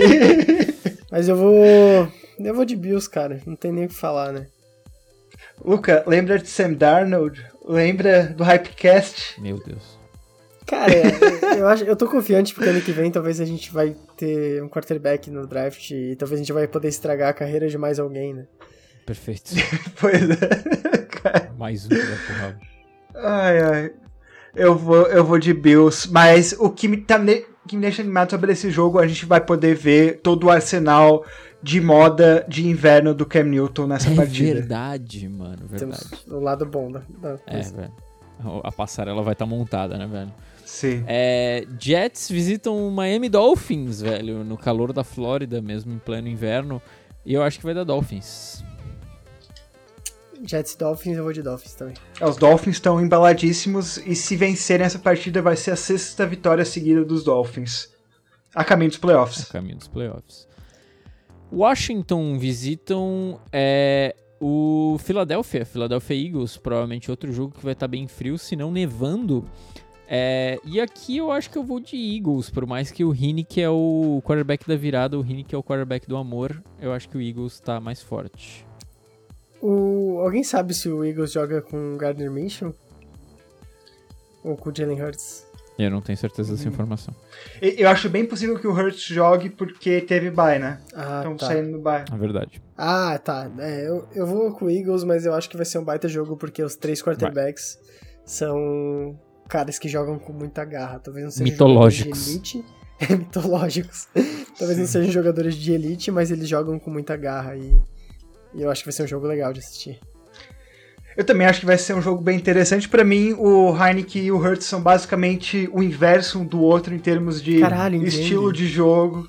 Speaker 1: Mas eu vou de Bills, cara, não tem nem o que falar, né?
Speaker 2: Luca, lembra de Sam Darnold? Lembra do Hypecast?
Speaker 3: Meu Deus.
Speaker 1: Cara, eu tô confiante porque ano que vem talvez a gente vai ter um quarterback no draft e talvez a gente vai poder estragar a carreira de mais alguém, né?
Speaker 3: Perfeito.
Speaker 2: Pois é, cara.
Speaker 3: Mais um que vai porra.
Speaker 2: Ai. Eu vou de Bills, mas o que me deixa animado sobre esse jogo, a gente vai poder ver todo o arsenal de moda de inverno do Cam Newton nessa partida.
Speaker 3: É verdade, mano, verdade.
Speaker 1: Temos o lado bom da
Speaker 3: velho. A passarela vai estar montada, né, velho?
Speaker 2: Sim.
Speaker 3: Jets visitam o Miami Dolphins, velho, no calor da Flórida mesmo, em pleno inverno. E eu acho que vai dar Dolphins.
Speaker 1: Jets e Dolphins, eu vou de Dolphins também.
Speaker 2: Os Dolphins estão embaladíssimos e se vencerem essa partida vai ser a 6ª vitória seguida dos Dolphins. A caminho dos playoffs. Washington visitam o Philadelphia Eagles, provavelmente outro jogo que vai estar bem frio, se não nevando. E aqui eu acho que eu vou de Eagles, por mais que o Heinicke é o quarterback da virada, o Heinicke é o quarterback do amor, eu acho que o Eagles está mais forte.
Speaker 1: Alguém sabe se o Eagles joga com o Gardner Minshew? Ou com o Jalen Hurts?
Speaker 3: Eu não tenho certeza dessa informação.
Speaker 2: Eu acho bem possível que o Hurts jogue porque teve bye, né? Estão
Speaker 1: tá.
Speaker 2: saindo do bye.
Speaker 3: É verdade.
Speaker 1: Tá. Eu vou com o Eagles, mas eu acho que vai ser um baita jogo porque os 3 quarterbacks são caras que jogam com muita garra. Talvez não sejam
Speaker 3: mitológicos.
Speaker 1: De elite. Mitológicos. Talvez não sejam jogadores de elite, mas eles jogam com muita garra e eu acho que vai ser um jogo legal de assistir.
Speaker 2: Eu também acho que vai ser um jogo bem interessante. Pra mim, o Heinicke e o Hurts são basicamente o inverso um do outro em termos de estilo de jogo.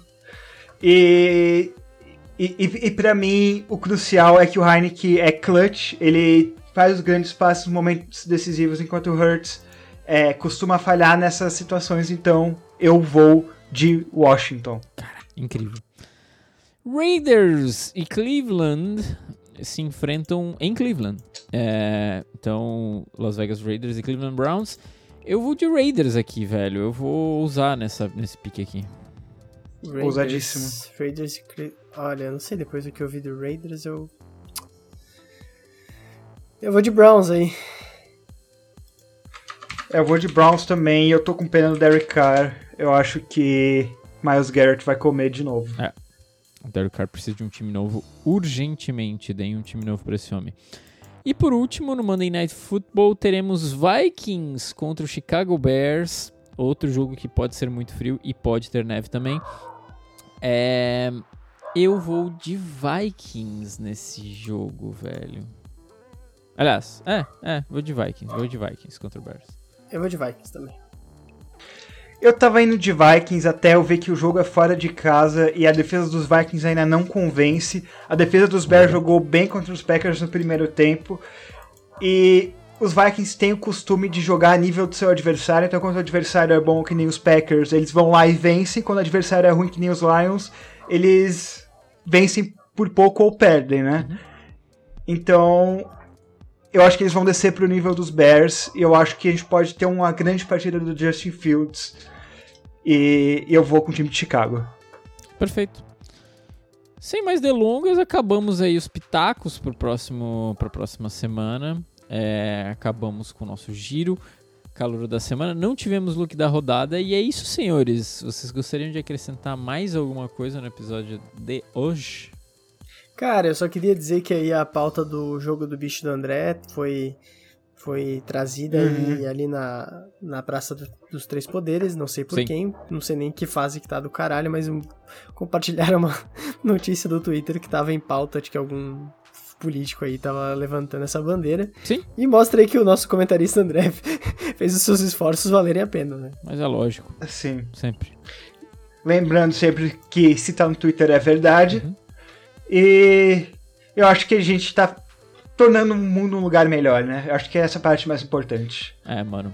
Speaker 2: E pra mim, o crucial é que o Heinicke é clutch. Ele faz os grandes passos nos momentos decisivos, enquanto o Hurts costuma falhar nessas situações. Então, eu vou de Washington.
Speaker 3: Cara, incrível. Raiders e Cleveland se enfrentam em Cleveland. Então, Las Vegas Raiders e Cleveland Browns. Eu vou de Raiders aqui, velho. Eu vou usar nesse pique aqui.
Speaker 2: Ousadíssimo.
Speaker 1: Raiders, olha, não sei, depois do que eu vi do Raiders, eu vou de Browns aí.
Speaker 2: Eu vou de Browns também, eu tô com pena do Derek Carr. Eu acho que Myles Garrett vai comer de novo.
Speaker 3: O Derek Carr precisa de um time novo urgentemente. Deem um time novo pra esse homem. E por último, no Monday Night Football, teremos Vikings contra o Chicago Bears. Outro jogo que pode ser muito frio e pode ter neve também. Eu vou de Vikings nesse jogo, velho. Aliás, vou de Vikings. Vou de Vikings contra o Bears.
Speaker 1: Eu vou de Vikings também.
Speaker 2: Eu tava indo de Vikings até eu ver que o jogo é fora de casa e a defesa dos Vikings ainda não convence. A defesa dos Bears jogou bem contra os Packers no primeiro tempo. E os Vikings têm o costume de jogar a nível do seu adversário. Então quando o adversário é bom que nem os Packers, eles vão lá e vencem. Quando o adversário é ruim que nem os Lions, eles vencem por pouco ou perdem, né? Então eu acho que eles vão descer pro nível dos Bears. E eu acho que a gente pode ter uma grande partida do Justin Fields. E eu vou com o time de Chicago.
Speaker 3: Perfeito. Sem mais delongas, acabamos aí os pitacos pra próxima semana. Acabamos com o nosso giro calor da semana. Não tivemos look da rodada. E é isso, senhores. Vocês gostariam de acrescentar mais alguma coisa no episódio de hoje?
Speaker 1: Cara, eu só queria dizer que aí a pauta do jogo do bicho do André foi trazida aí, ali na Praça dos Três Poderes, não sei por quem, não sei nem que fase que tá do caralho, mas compartilharam uma notícia do Twitter que tava em pauta de que algum político aí tava levantando essa bandeira.
Speaker 3: Sim.
Speaker 1: E mostra aí que o nosso comentarista André fez os seus esforços valerem a pena, né?
Speaker 3: Mas é lógico.
Speaker 2: Sim.
Speaker 3: Sempre.
Speaker 2: Lembrando sempre que se tá no Twitter é verdade. E eu acho que a gente tá tornando o mundo um lugar melhor, né? Eu acho que é essa parte mais importante.
Speaker 3: Mano.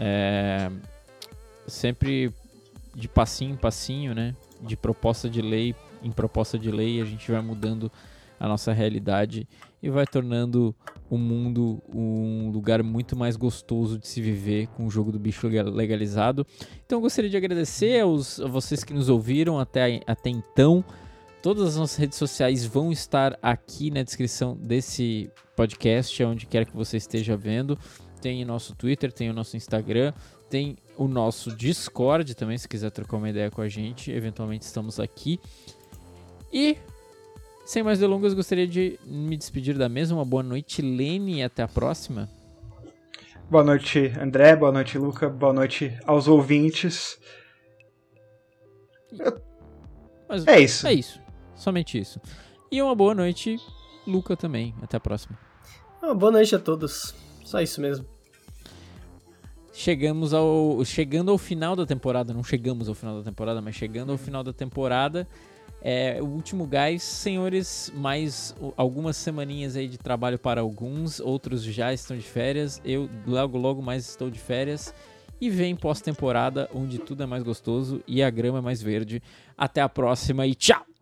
Speaker 3: Sempre de passinho em passinho, né? De proposta de lei em proposta de lei, a gente vai mudando a nossa realidade e vai tornando o mundo um lugar muito mais gostoso de se viver com o jogo do bicho legalizado. Então eu gostaria de agradecer a vocês que nos ouviram até então. Todas as nossas redes sociais vão estar aqui na descrição desse podcast, onde quer que você esteja vendo. Tem o nosso Twitter, tem o nosso Instagram, tem o nosso Discord também, se quiser trocar uma ideia com a gente. Eventualmente estamos aqui. E, sem mais delongas, gostaria de me despedir da mesa. Uma boa noite, Lene, e até a próxima.
Speaker 2: Boa noite, André. Boa noite, Luca. Boa noite aos ouvintes. É isso.
Speaker 3: É isso. Somente isso. E uma boa noite, Luca, também. Até a próxima.
Speaker 1: Uma boa noite a todos. Só isso mesmo.
Speaker 3: Chegando ao final da temporada. Não chegamos ao final da temporada, mas chegando ao final da temporada. O último gás, senhores. Mais algumas semaninhas aí de trabalho para alguns. Outros já estão de férias. Eu logo mais estou de férias. E vem pós-temporada, onde tudo é mais gostoso e a grama é mais verde. Até a próxima e tchau!